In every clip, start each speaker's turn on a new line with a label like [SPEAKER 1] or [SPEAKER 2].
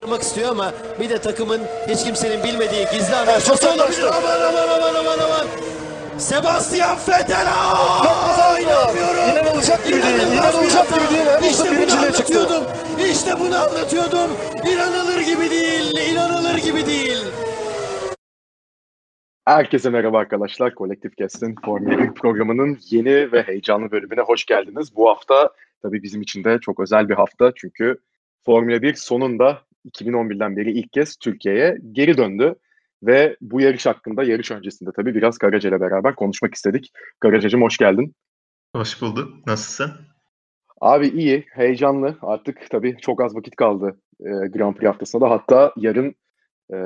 [SPEAKER 1] yapmak istiyor ama bir de takımın hiç kimsenin bilmediği gizli
[SPEAKER 2] Şosa
[SPEAKER 1] anlaşması.
[SPEAKER 2] ulaştı.
[SPEAKER 1] Aman. Sebastian Vettel. İnanmıyorum.
[SPEAKER 2] İnanılacak gibi değil. İnanılacak gibi değil. Hamilton
[SPEAKER 1] İşte bunu
[SPEAKER 2] birinciliğe çıktı.
[SPEAKER 1] anlatıyordum. İşte bunu anlatıyordum. İnanılır gibi değil. İnanılır gibi değil.
[SPEAKER 3] Herkese merhaba arkadaşlar. Kolektif Kestin Formula 1 programının yeni ve heyecanlı bölümüne hoş geldiniz. Bu hafta tabii bizim için de çok özel bir hafta. Çünkü Formula 1 sonunda 2011'den beri ilk kez Türkiye'ye geri döndü. Ve bu yarış hakkında yarış öncesinde tabii biraz Karaca ile beraber konuşmak istedik. Karacacığım hoş geldin.
[SPEAKER 4] Hoş bulduk. Nasılsın?
[SPEAKER 3] Abi iyi, heyecanlı. Artık tabii çok az vakit kaldı Grand Prix haftasında da. Hatta yarın e,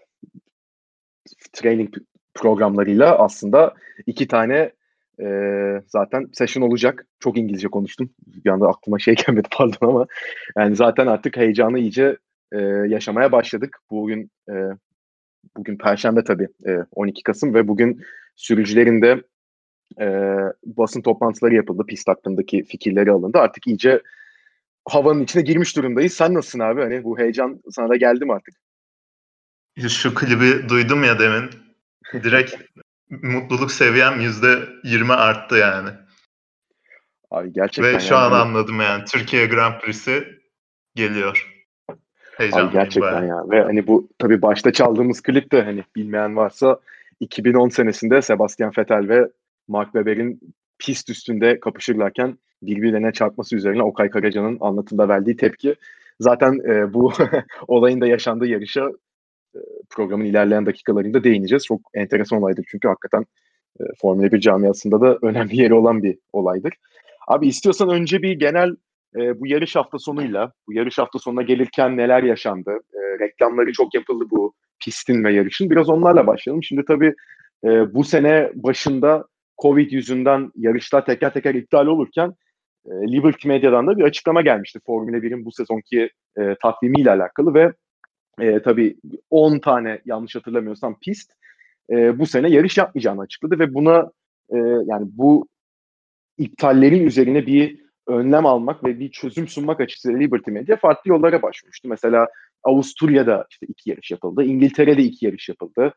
[SPEAKER 3] training programlarıyla aslında iki tane zaten session olacak. Çok İngilizce konuştum. Bir anda aklıma şey gelmedi pardon ama yani zaten artık heyecanı iyice yaşamaya başladık. Bugün Perşembe tabii 12 Kasım ve bugün sürücülerin de basın toplantıları yapıldı. Pist hakkındaki fikirleri alındı. Artık iyice havanın içine girmiş durumdayız. Sen nasılsın abi? Hani bu heyecan sana da geldi mi artık?
[SPEAKER 4] Şu klibi duydum ya demin. Direkt mutluluk seviyem %20 arttı yani.
[SPEAKER 3] Abi gerçekten
[SPEAKER 4] Ve şu
[SPEAKER 3] yani
[SPEAKER 4] an
[SPEAKER 3] hani,
[SPEAKER 4] anladım yani. Türkiye Grand Prix'si geliyor.
[SPEAKER 3] abi
[SPEAKER 4] Heyecanlıyım
[SPEAKER 3] gerçekten
[SPEAKER 4] bayağı.
[SPEAKER 3] ya. Ve hani bu tabii başta çaldığımız klip de hani bilmeyen varsa 2010 senesinde Sebastian Vettel ve Mark Webber'in pist üstünde kapışırlarken birbirlerine çarpması üzerine Okay Karaca'nın anlatımda verdiği tepki. Zaten bu olayın da yaşandığı yarışa programın ilerleyen dakikalarında değineceğiz. Çok enteresan olaydır çünkü hakikaten Formula 1 camiasında da önemli yeri olan bir olaydır. Abi istiyorsan önce bir genel bu yarış hafta sonuyla, bu yarış hafta sonuna gelirken neler yaşandı? Reklamları çok yapıldı bu pistin ve yarışın. Biraz onlarla başlayalım. Şimdi tabii bu sene başında Covid yüzünden yarışlar teker teker iptal olurken Liberty Media'dan da bir açıklama gelmişti Formula 1'in bu sezonki takvimiyle alakalı ve tabii 10 tane yanlış hatırlamıyorsam pist bu sene yarış yapmayacağını açıkladı ve buna yani bu iptallerin üzerine bir önlem almak ve bir çözüm sunmak açısından Liberty Media farklı yollara başvurmuştu. Mesela Avusturya'da işte 2 yarış yapıldı, İngiltere'de 2 yarış yapıldı.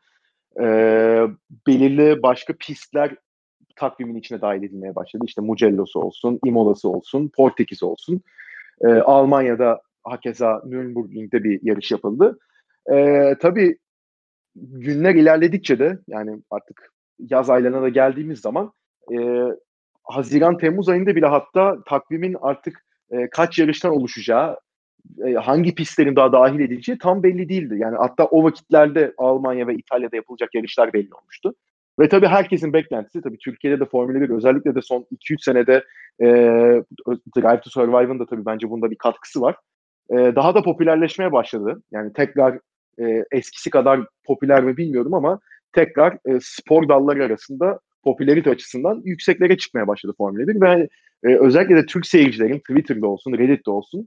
[SPEAKER 3] Belirli başka pistler takvimin içine dahil edilmeye başladı. İşte Mugello'su olsun, Imola'sı olsun, Portekiz olsun. Almanya'da hakeza Nürburgring'de bir yarış yapıldı. Tabii günler ilerledikçe de yani artık yaz aylarına da geldiğimiz zaman e, Haziran-Temmuz ayında bile hatta takvimin artık kaç yarıştan oluşacağı, hangi pistlerin daha dahil edileceği tam belli değildi. Yani hatta o vakitlerde Almanya ve İtalya'da yapılacak yarışlar belli olmuştu. Ve tabii herkesin beklentisi, tabii Türkiye'de de Formula 1 özellikle de son 2-3 senede e, Drive to Survive'ın da tabii bence bunda bir katkısı var. Daha da popülerleşmeye başladı. Yani tekrar eskisi kadar popüler mi bilmiyorum ama tekrar spor dalları arasında popülerite açısından yükseklere çıkmaya başladı Formula 1 ve özellikle de Türk seyircilerin Twitter'da olsun, Reddit'te olsun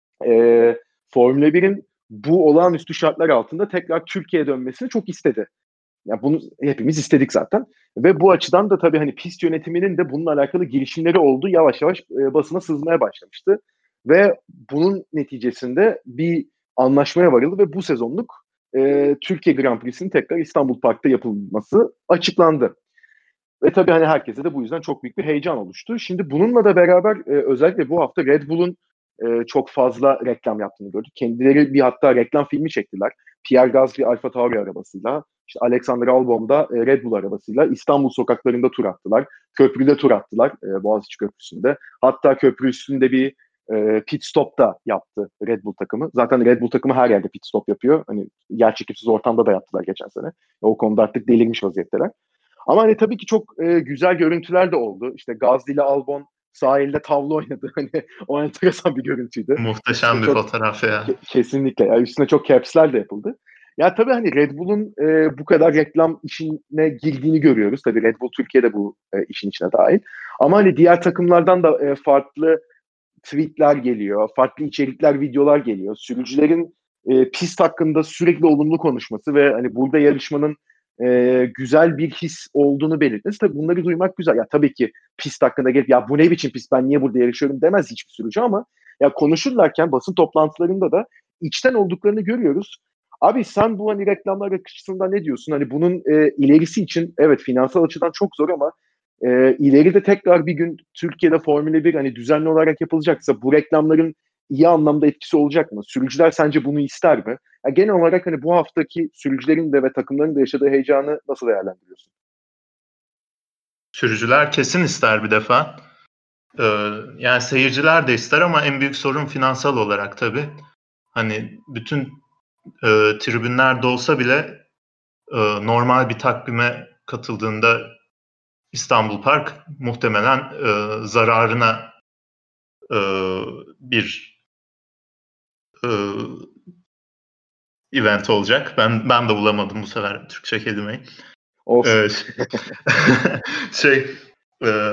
[SPEAKER 3] Formula 1'in bu olağanüstü şartlar altında tekrar Türkiye'ye dönmesini çok istedi. Yani bunu hepimiz istedik zaten. Ve bu açıdan da tabii hani pist yönetiminin de bununla alakalı girişimleri oldu. Yavaş yavaş basına sızmaya başlamıştı. Ve bunun neticesinde bir anlaşmaya varıldı ve bu sezonluk Türkiye Grand Prix'sinin tekrar İstanbul Park'ta yapılması açıklandı. Ve tabii hani herkese de bu yüzden çok büyük bir heyecan oluştu. Şimdi bununla da beraber özellikle bu hafta Red Bull'un çok fazla reklam yaptığını gördük. Kendileri bir hatta reklam filmi çektiler. Pierre Gasly Alfa Tauri arabasıyla, işte Alexander Albon da Red Bull arabasıyla İstanbul sokaklarında tur attılar. Köprüde tur attılar Boğaziçi Köprüsü'nde. Hatta köprü üstünde bir pit stop da yaptı Red Bull takımı. Zaten Red Bull takımı her yerde pit stop yapıyor. Hani yer çekimsiz ortamda da yaptılar geçen sene. O konuda artık delirmiş vaziyetteler. Ama hani tabii ki çok güzel görüntüler de oldu. İşte Gazli ile Albon sahilde tavla oynadı. Hani o enteresan bir görüntüydü.
[SPEAKER 4] Muhteşem
[SPEAKER 3] Üstüne
[SPEAKER 4] bir
[SPEAKER 3] çok
[SPEAKER 4] fotoğraf ya.
[SPEAKER 3] kesinlikle. Yani üstüne çok caps'ler de yapıldı. Ya tabii hani Red Bull'un bu kadar reklam işine girdiğini görüyoruz. Tabii Red Bull Türkiye'de bu işin içine dahil. Ama hani diğer takımlardan da farklı tweetler geliyor, farklı içerikler, videolar geliyor. Sürücülerin pist hakkında sürekli olumlu konuşması ve hani burada yarışmanın güzel bir his olduğunu belirtmesi. Tabii bunları duymak güzel. Ya tabii ki pist hakkında gelip ya bu ne biçim pist ben niye burada yarışıyorum demez hiçbir sürücü ama ya konuşurlarken basın toplantılarında da içten olduklarını görüyoruz. Abi sen bu hani reklamlar açısından ne diyorsun? Hani bunun ilerisi için evet finansal açıdan çok zor ama ileride tekrar bir gün Türkiye'de Formula 1 hani düzenli olarak yapılacaksa bu reklamların iyi anlamda etkisi olacak mı? Sürücüler sence bunu ister mi? Ya genel olarak hani bu haftaki sürücülerin de ve takımların da yaşadığı heyecanı nasıl değerlendiriyorsun?
[SPEAKER 4] Sürücüler kesin ister bir defa. Yani seyirciler de ister ama en büyük sorun finansal olarak tabii. Hani bütün tribünler dolsa bile normal bir takvime katıldığında İstanbul Park muhtemelen zararına bir e, event olacak. Ben de bulamadım bu sefer Türkçe kelimeyi.
[SPEAKER 3] Olsun.
[SPEAKER 4] Ee, şey e,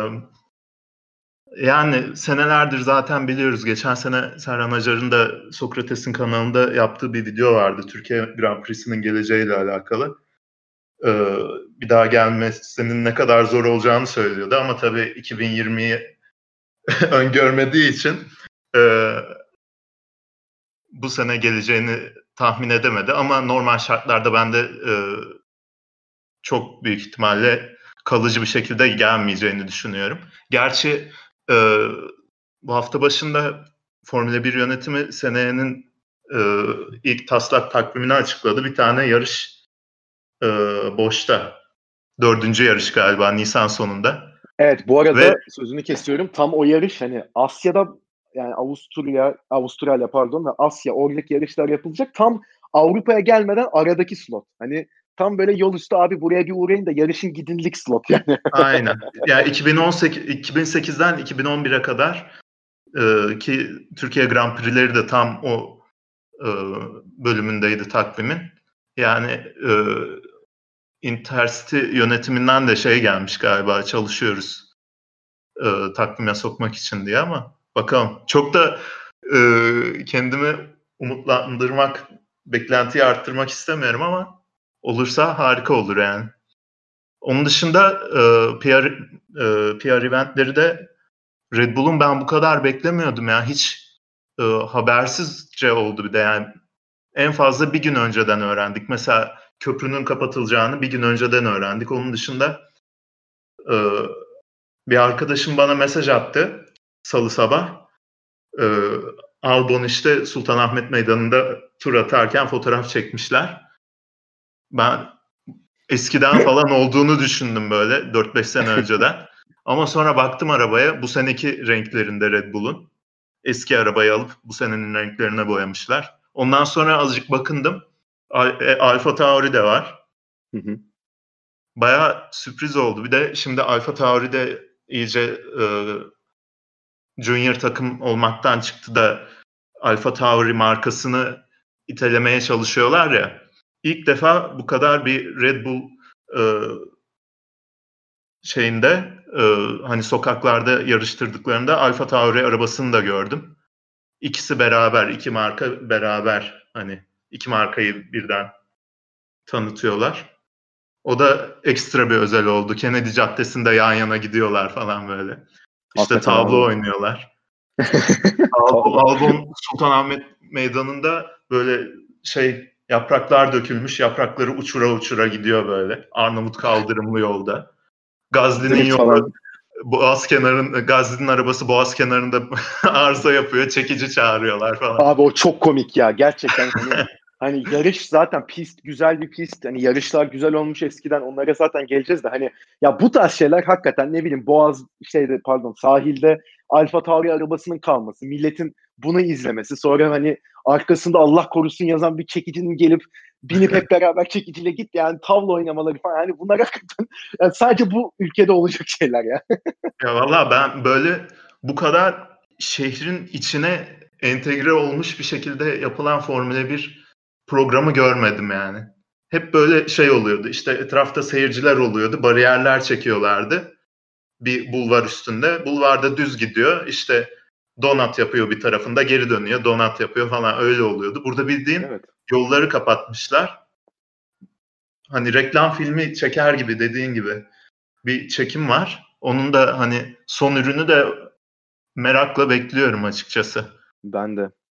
[SPEAKER 4] yani senelerdir zaten biliyoruz. Geçen sene Serhan Acar'ın da Sokrates'in kanalında yaptığı bir video vardı. Türkiye Grand Prix'sinin geleceğiyle alakalı. Bir daha gelmesinin ne kadar zor olacağını söylüyordu. Ama tabii 2020'yi öngörmediği için e, bu sene geleceğini tahmin edemedi. Ama normal şartlarda ben de çok büyük ihtimalle kalıcı bir şekilde gelmeyeceğini düşünüyorum. Gerçi bu hafta başında Formula 1 yönetimi senenin ilk taslak takvimini açıkladı. Bir tane yarış boşta. 4. yarış galiba Nisan sonunda.
[SPEAKER 3] Evet, bu arada
[SPEAKER 4] Ve
[SPEAKER 3] sözünü kesiyorum. Tam o yarış hani Asya'da yani Avustralya pardon ve Asya oradaki yarışlar yapılacak. Tam Avrupa'ya gelmeden aradaki slot. Hani tam böyle yol üstü abi buraya bir uğrayın da yarışın gidinlik slot yani.
[SPEAKER 4] aynen. Yani 2008'den 2011'e kadar ki Türkiye Grand Prix'leri de tam o bölümündeydi takvimin. Yani Intercity yönetiminden de şey gelmiş galiba çalışıyoruz takvime sokmak için diye ama bakalım. Çok da kendimi umutlandırmak, beklentiyi arttırmak istemiyorum ama olursa harika olur yani. Onun dışında PR eventleri de Red Bull'un ben bu kadar beklemiyordum ya. Hiç habersizce oldu bir de yani. En fazla bir gün önceden öğrendik. Mesela köprünün kapatılacağını bir gün önceden öğrendik. Onun dışında e, bir arkadaşım bana mesaj attı salı sabah. E, Albon işte Sultanahmet Meydanı'nda tur atarken fotoğraf çekmişler. Ben eskiden falan olduğunu düşündüm böyle 4-5 sene önceden. Ama sonra baktım arabaya bu seneki renklerinde Red Bull'un. Eski arabayı alıp bu senenin renklerine boyamışlar. Ondan sonra azıcık bakındım. Alfa Tauri de var.
[SPEAKER 3] Hı hı.
[SPEAKER 4] Bayağı sürpriz oldu. Bir de şimdi Alfa Tauri de iyice junior takım olmaktan çıktı da Alfa Tauri markasını itelemeye çalışıyorlar ya. İlk defa bu kadar bir Red Bull e, şeyinde hani sokaklarda yarıştırdıklarında Alfa Tauri arabasını da gördüm. İkisi beraber, iki marka beraber hani iki markayı birden tanıtıyorlar. O da ekstra bir özel oldu. Kennedy Caddesi'nde yan yana gidiyorlar falan böyle. İşte
[SPEAKER 3] Hakikaten
[SPEAKER 4] tavla
[SPEAKER 3] abi.
[SPEAKER 4] oynuyorlar.
[SPEAKER 3] Tamam.
[SPEAKER 4] Albon Sultanahmet Meydanı'nda böyle yapraklar dökülmüş. Yaprakları uçura uçura gidiyor böyle. Arnavut kaldırımlı yolda. Gazli'nin
[SPEAKER 3] Drift
[SPEAKER 4] yolu
[SPEAKER 3] falan.
[SPEAKER 4] Gazli'nin arabası Boğaz kenarında arıza yapıyor. Çekici çağırıyorlar falan.
[SPEAKER 3] Abi o çok komik ya gerçekten hani yarış zaten pist güzel bir pist hani yarışlar güzel olmuş eskiden onlara zaten geleceğiz de hani ya bu tarz şeyler hakikaten ne bileyim sahilde Alfa Tauri arabasının kalması milletin bunu izlemesi sonra hani arkasında Allah korusun yazan bir çekicinin gelip binip hep beraber çekiciyle git yani tavla oynamaları falan hani bunlar hakikaten yani sadece bu ülkede olacak şeyler ya.
[SPEAKER 4] Ya valla ben böyle bu kadar şehrin içine entegre olmuş bir şekilde yapılan Formula 1 programı görmedim yani. Hep böyle şey oluyordu. İşte etrafta seyirciler oluyordu. Bariyerler çekiyorlardı. Bir bulvar üstünde. Bulvarda düz gidiyor. İşte donat yapıyor bir tarafında geri dönüyor. Donat yapıyor falan öyle oluyordu. Burada bildiğin
[SPEAKER 3] Evet.
[SPEAKER 4] yolları kapatmışlar. Hani reklam filmi çeker gibi dediğin gibi bir çekim var. Onun da hani son ürünü de merakla bekliyorum açıkçası.
[SPEAKER 3] Ben de.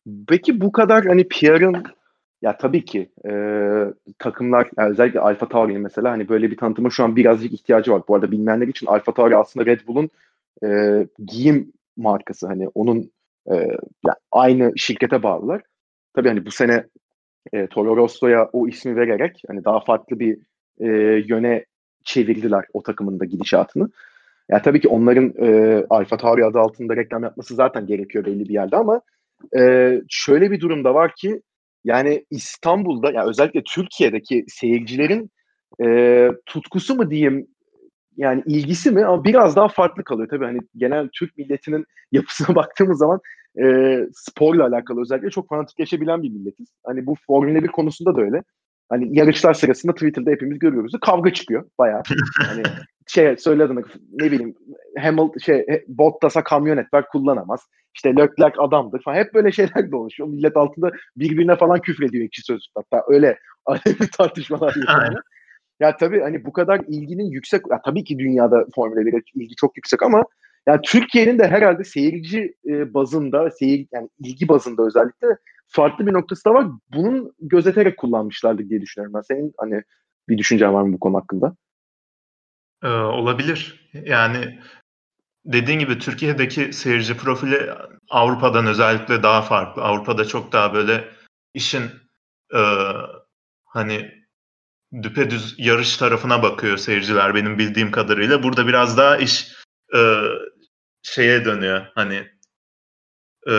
[SPEAKER 3] Peki bu kadar hani PR'ın ya tabii ki takımlar yani özellikle Alfa Tauri'nin mesela hani böyle bir tanıtıma şu an birazcık ihtiyacı var. Bu arada bilmeyenler için Alfa Tauri aslında Red Bull'un giyim markası. Hani onun yani aynı şirkete bağlılar. Tabii hani bu sene Toro Rosso'ya o ismi vererek hani daha farklı bir yöne çevirdiler o takımın da gidişatını. Ya tabii ki onların Alfa Tauri adı altında reklam yapması zaten gerekiyor belli bir yerde ama şöyle bir durum da var ki yani İstanbul'da yani özellikle Türkiye'deki seyircilerin tutkusu mu diyeyim yani ilgisi mi ama biraz daha farklı kalıyor. Tabii hani genel Türk milletinin yapısına baktığımız zaman sporla alakalı özellikle çok fanatikleşebilen bir milletiz. Hani bu Formula 1 konusunda da öyle. Hani yarışlar sırasında Twitter'da hepimiz görüyoruz. Kavga çıkıyor bayağı. Hani söyle adına ne bileyim Bottas'a kamyonet ver kullanamaz. İşte Leclerc adamdır falan. Hep böyle şeyler dolaşıyor. Millet altında birbirine falan küfrediyor ekşi sözlük. Hatta öyle alevli tartışmalar yaşanıyor. Ya tabii hani bu kadar ilginin yüksek, ya tabii ki dünyada Formula 1'e ilgi çok yüksek ama yani Türkiye'nin de herhalde seyirci bazında, yani ilgi bazında özellikle farklı bir noktası da var. Bunun gözeterek kullanmışlardır diye düşünüyorum ben. Senin hani bir düşüncen var mı bu konu hakkında?
[SPEAKER 4] Olabilir. Yani dediğin gibi Türkiye'deki seyirci profili Avrupa'dan özellikle daha farklı. Avrupa'da çok daha böyle işin e, hani düpedüz yarış tarafına bakıyor seyirciler benim bildiğim kadarıyla. Burada biraz daha iş e, şeye dönüyor. Hani e,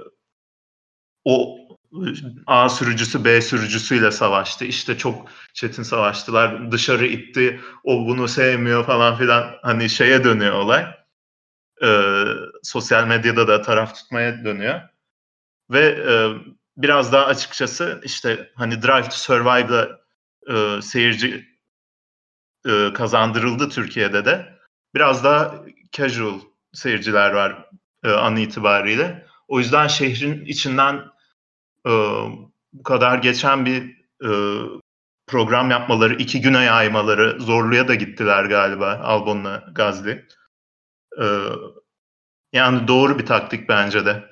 [SPEAKER 4] o A sürücüsü B sürücüsüyle savaştı. İşte çok çetin savaştılar. Dışarı itti. O bunu sevmiyor falan filan. Hani şeye dönüyor olay. Sosyal medyada da taraf tutmaya dönüyor. Ve biraz daha açıkçası işte hani Drive to Survive'da seyirci kazandırıldı Türkiye'de de. Biraz daha casual seyirciler var an itibariyle. O yüzden şehrin içinden e, bu kadar geçen bir program yapmaları, 2 güne yaymaları, Zorlu'ya da gittiler galiba Albon'la Gazli. E, Yani doğru bir taktik bence de.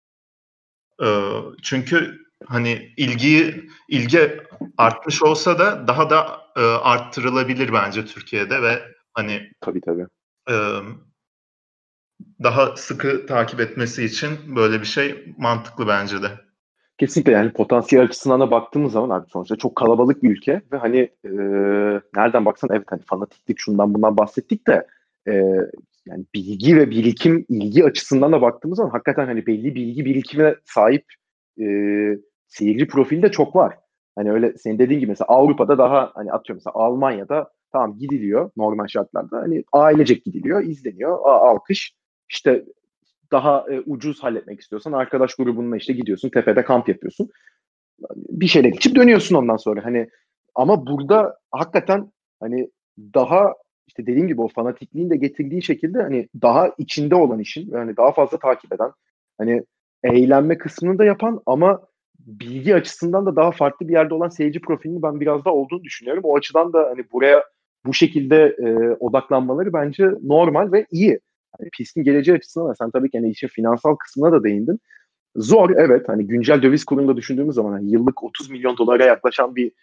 [SPEAKER 4] Çünkü hani ilgi artmış olsa da daha da arttırılabilir bence Türkiye'de ve hani
[SPEAKER 3] Tabii tabii.
[SPEAKER 4] e, daha sıkı takip etmesi için böyle bir şey mantıklı bence de.
[SPEAKER 3] Kesinlikle yani potansiyel açısından da baktığımız zaman abi sonuçta çok kalabalık bir ülke ve hani nereden baksan evet hani fanatiklik şundan bundan bahsettik de e, yani bilgi ve birikim ilgi açısından da baktığımız zaman hakikaten hani belli bilgi birikimine sahip e, seyirci profili de çok var. Hani öyle senin dediğin gibi mesela Avrupa'da daha hani atıyorum mesela Almanya'da tamam gidiliyor normal şartlarda hani ailecek gidiliyor izleniyor alkış işte daha ucuz halletmek istiyorsan arkadaş grubunla işte gidiyorsun tepede kamp yapıyorsun. Bir şeyler içip dönüyorsun ondan sonra. Hani ama burada hakikaten hani daha işte dediğim gibi o fanatikliğin de getirdiği şekilde hani daha içinde olan işin yani daha fazla takip eden hani eğlenme kısmını da yapan ama bilgi açısından da daha farklı bir yerde olan seyirci profilini ben biraz daha olduğunu düşünüyorum. O açıdan da hani buraya bu şekilde odaklanmaları bence normal ve iyi. Hani pistin geleceği açısından da sen tabii ki hani işin finansal kısmına da değindin. Zor evet hani güncel döviz kurunda düşündüğümüz zaman hani yıllık 30 milyon dolara yaklaşan bir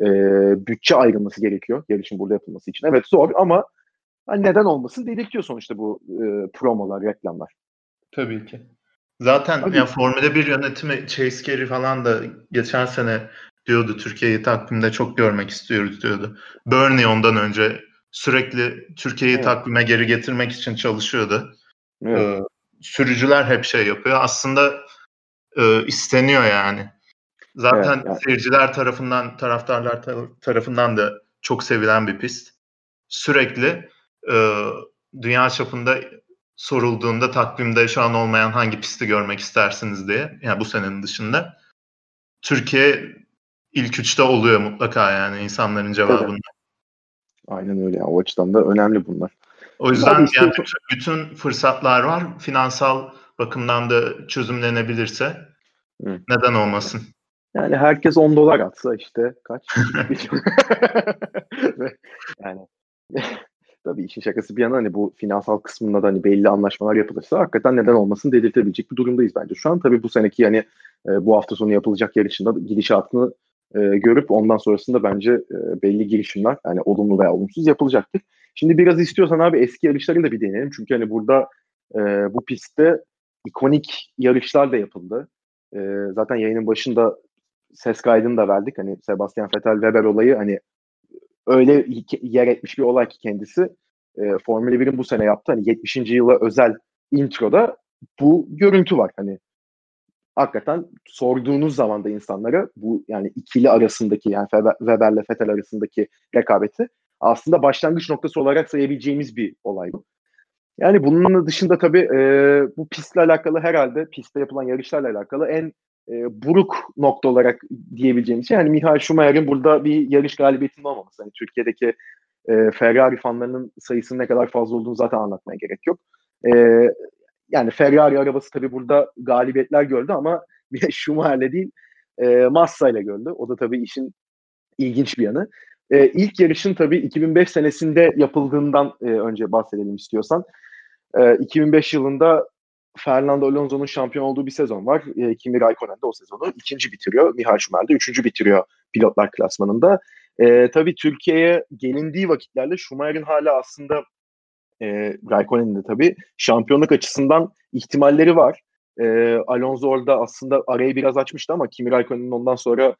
[SPEAKER 3] bütçe ayrılması gerekiyor yarışın burada yapılması için. Evet zor ama hani neden olmasın dedirtiyor sonuçta bu promolar, reklamlar.
[SPEAKER 4] Tabii ki. Zaten ya
[SPEAKER 3] Tabii.
[SPEAKER 4] Formula 1 yönetimi Chase Carey falan da geçen sene diyordu Türkiye'yi takvimde çok görmek istiyoruz diyordu. Bernie ondan önce sürekli Türkiye'yi
[SPEAKER 3] Evet.
[SPEAKER 4] takvime geri getirmek için çalışıyordu.
[SPEAKER 3] Evet.
[SPEAKER 4] Sürücüler hep şey yapıyor. Aslında isteniyor yani.
[SPEAKER 3] Evet.
[SPEAKER 4] Zaten
[SPEAKER 3] Yani,
[SPEAKER 4] seyirciler tarafından, taraftarlar tarafından da çok sevilen bir pist. Sürekli e, dünya çapında sorulduğunda takvimde şu an olmayan hangi pisti görmek istersiniz diye. Yani bu senenin dışında. Türkiye ilk üçte oluyor mutlaka yani insanların
[SPEAKER 3] tabii.
[SPEAKER 4] cevabında.
[SPEAKER 3] Aynen öyle. Yani, o açıdan da önemli bunlar.
[SPEAKER 4] O
[SPEAKER 3] Abi
[SPEAKER 4] yüzden
[SPEAKER 3] işte
[SPEAKER 4] yani bütün fırsatlar var. Finansal bakımdan da çözümlenebilirse
[SPEAKER 3] hı.
[SPEAKER 4] neden olmasın?
[SPEAKER 3] Yani herkes 10 dolar atsa işte kaç? 2,5 yani tabii işin şakası bir yana hani bu finansal kısmında da hani belli anlaşmalar yapılırsa hakikaten neden olmasın dedirtebilecek bir durumdayız bence. Şu an tabii bu seneki yani bu hafta sonu yapılacak yarışında gidişatını görüp ondan sonrasında bence belli girişimler yani olumlu veya olumsuz yapılacaktır. Şimdi biraz istiyorsan abi eski yarışları da bir deneyelim. Çünkü hani burada bu pistte ikonik yarışlar da yapıldı. Zaten yayının başında ses kaydını da verdik. Hani Sebastian Vettel-Weber olayı hani öyle yer etmiş bir olay ki kendisi. Formula 1'in bu sene yaptı. Hani 70. yıla özel introda bu görüntü var. Hani hakikaten sorduğunuz zaman da insanlara bu yani ikili arasındaki yani Weber'le Vettel arasındaki rekabeti aslında başlangıç noktası olarak sayabileceğimiz bir olay bu. Yani bunun dışında tabii bu pistle alakalı herhalde pistte yapılan yarışlarla alakalı en buruk nokta olarak diyebileceğimiz şey yani Michael Schumacher'in burada bir yarış galibiyetinin olmaması. Yani Türkiye'deki Ferrari fanlarının sayısının ne kadar fazla olduğunu zaten anlatmaya gerek yok. Yani Ferrari arabası tabii burada galibiyetler gördü ama Schumacher'le değil Massa'yla gördü. O da tabii işin ilginç bir yanı. İlk yarışın tabii 2005 senesinde yapıldığından önce bahsedelim istiyorsan. 2005 yılında Fernando Alonso'nun şampiyon olduğu bir sezon var. Kimi Raikkonen de o sezonu ikinci bitiriyor. Michael Schumacher de üçüncü bitiriyor pilotlar klasmanında. Tabii Türkiye'ye gelindiği vakitlerde Schumacher'in hala aslında Raikkonen'in de tabii şampiyonluk açısından ihtimalleri var. Alonso orada aslında arayı biraz açmıştı ama Kimi Raikkonen'in ondan sonra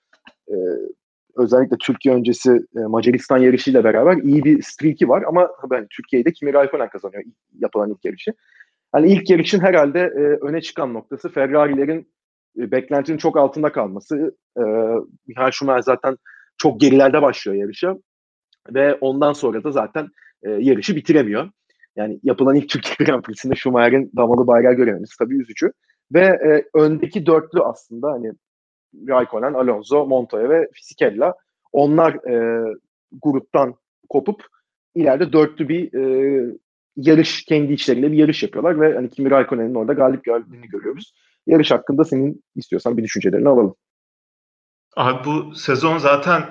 [SPEAKER 3] özellikle Türkiye öncesi Macaristan yarışıyla beraber iyi bir streak'i var ama tabii Türkiye'de Kimi Raikkonen kazanıyor yapılan ilk yarışı. Hani ilk yarışın herhalde öne çıkan noktası Ferrari'lerin beklentinin çok altında kalması. Michael Schumacher zaten çok gerilerde başlıyor yarışa ve ondan sonra da zaten yarışı bitiremiyor. Yani yapılan ilk Türkiye Grand Prix'sinde Schumacher'in damalı bayrağı görememiz tabii üzücü. Ve öndeki dörtlü aslında hani Raikkonen, Alonso, Montoya ve Fisichella onlar gruptan kopup ileride dörtlü bir yarış kendi içlerinde bir yarış yapıyorlar ve hani Kimi Raikkonen'in orada galip geldiğini görüyoruz. Yarış hakkında senin istiyorsan bir düşüncelerini alalım.
[SPEAKER 4] Abi bu sezon zaten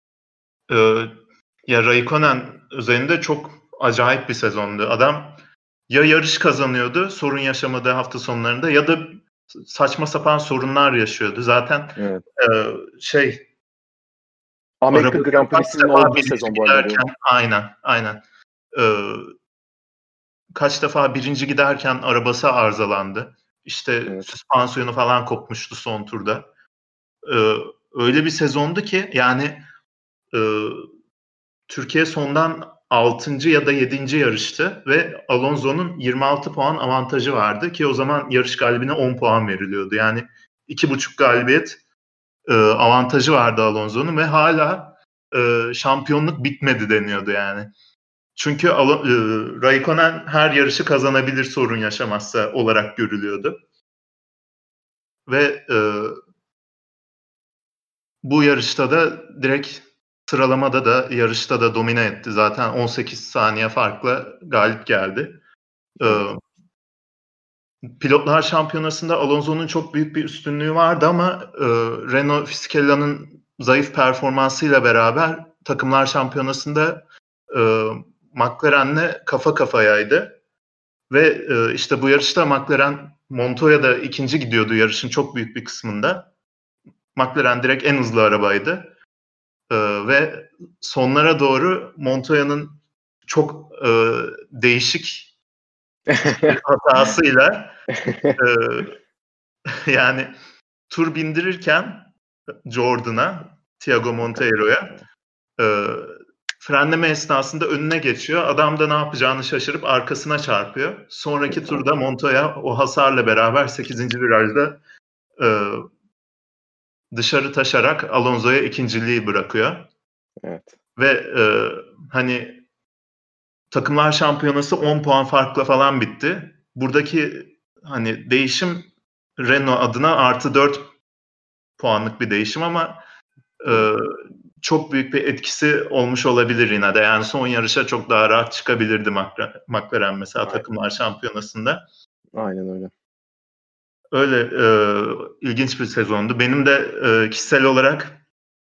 [SPEAKER 4] ya Raikkonen üzerinde çok acayip bir sezondu. Adam ya yarış kazanıyordu sorun yaşamadığı hafta sonlarında ya da saçma sapan sorunlar yaşıyordu. Zaten
[SPEAKER 3] Evet.
[SPEAKER 4] Amerika
[SPEAKER 3] Grand Prix'sinin olduğu sezon bu arada.
[SPEAKER 4] Aynen. Kaç defa birinci giderken arabası arızalandı. İşte süspansiyonu falan kopmuştu son turda. Öyle bir sezondu ki yani Türkiye sondan 6. ya da 7. yarıştı ve Alonso'nun 26 puan avantajı vardı ki o zaman yarış galibine 10 puan veriliyordu. Yani 2,5 galibiyet avantajı vardı Alonso'nun ve hala şampiyonluk bitmedi deniyordu yani. Çünkü Raikkonen her yarışı kazanabilir sorun yaşamazsa olarak görülüyordu. Ve bu yarışta da direkt sıralamada da yarışta da domine etti. Zaten 18 saniye farkla galip geldi. Pilotlar Şampiyonası'nda Alonso'nun çok büyük bir üstünlüğü vardı ama Renault Fisichella'nın zayıf performansıyla beraber Takımlar Şampiyonası'nda McLaren'le kafa kafayaydı. Ve işte bu yarışta McLaren Montoya'da ikinci gidiyordu yarışın çok büyük bir kısmında. McLaren direkt en hızlı arabaydı. Ve sonlara doğru Montoya'nın çok değişik hatasıyla yani tur bindirirken Jordan'a, Thiago Monteiro'ya frenleme esnasında önüne geçiyor. Adam da ne yapacağını şaşırıp arkasına çarpıyor. Sonraki turda Montoya o hasarla beraber 8. virajda dışarı taşarak Alonso'ya ikinciliği bırakıyor.
[SPEAKER 3] Evet.
[SPEAKER 4] Ve hani Takımlar Şampiyonası 10 puan farkla falan bitti. Buradaki hani değişim Renault adına artı 4 puanlık bir değişim ama çok büyük bir etkisi olmuş olabilir yine de. Yani son yarışa çok daha rahat çıkabilirdi McLaren mesela Takımlar Şampiyonası'nda.
[SPEAKER 3] Aynen öyle.
[SPEAKER 4] Öyle ilginç bir sezondu. Benim de kişisel olarak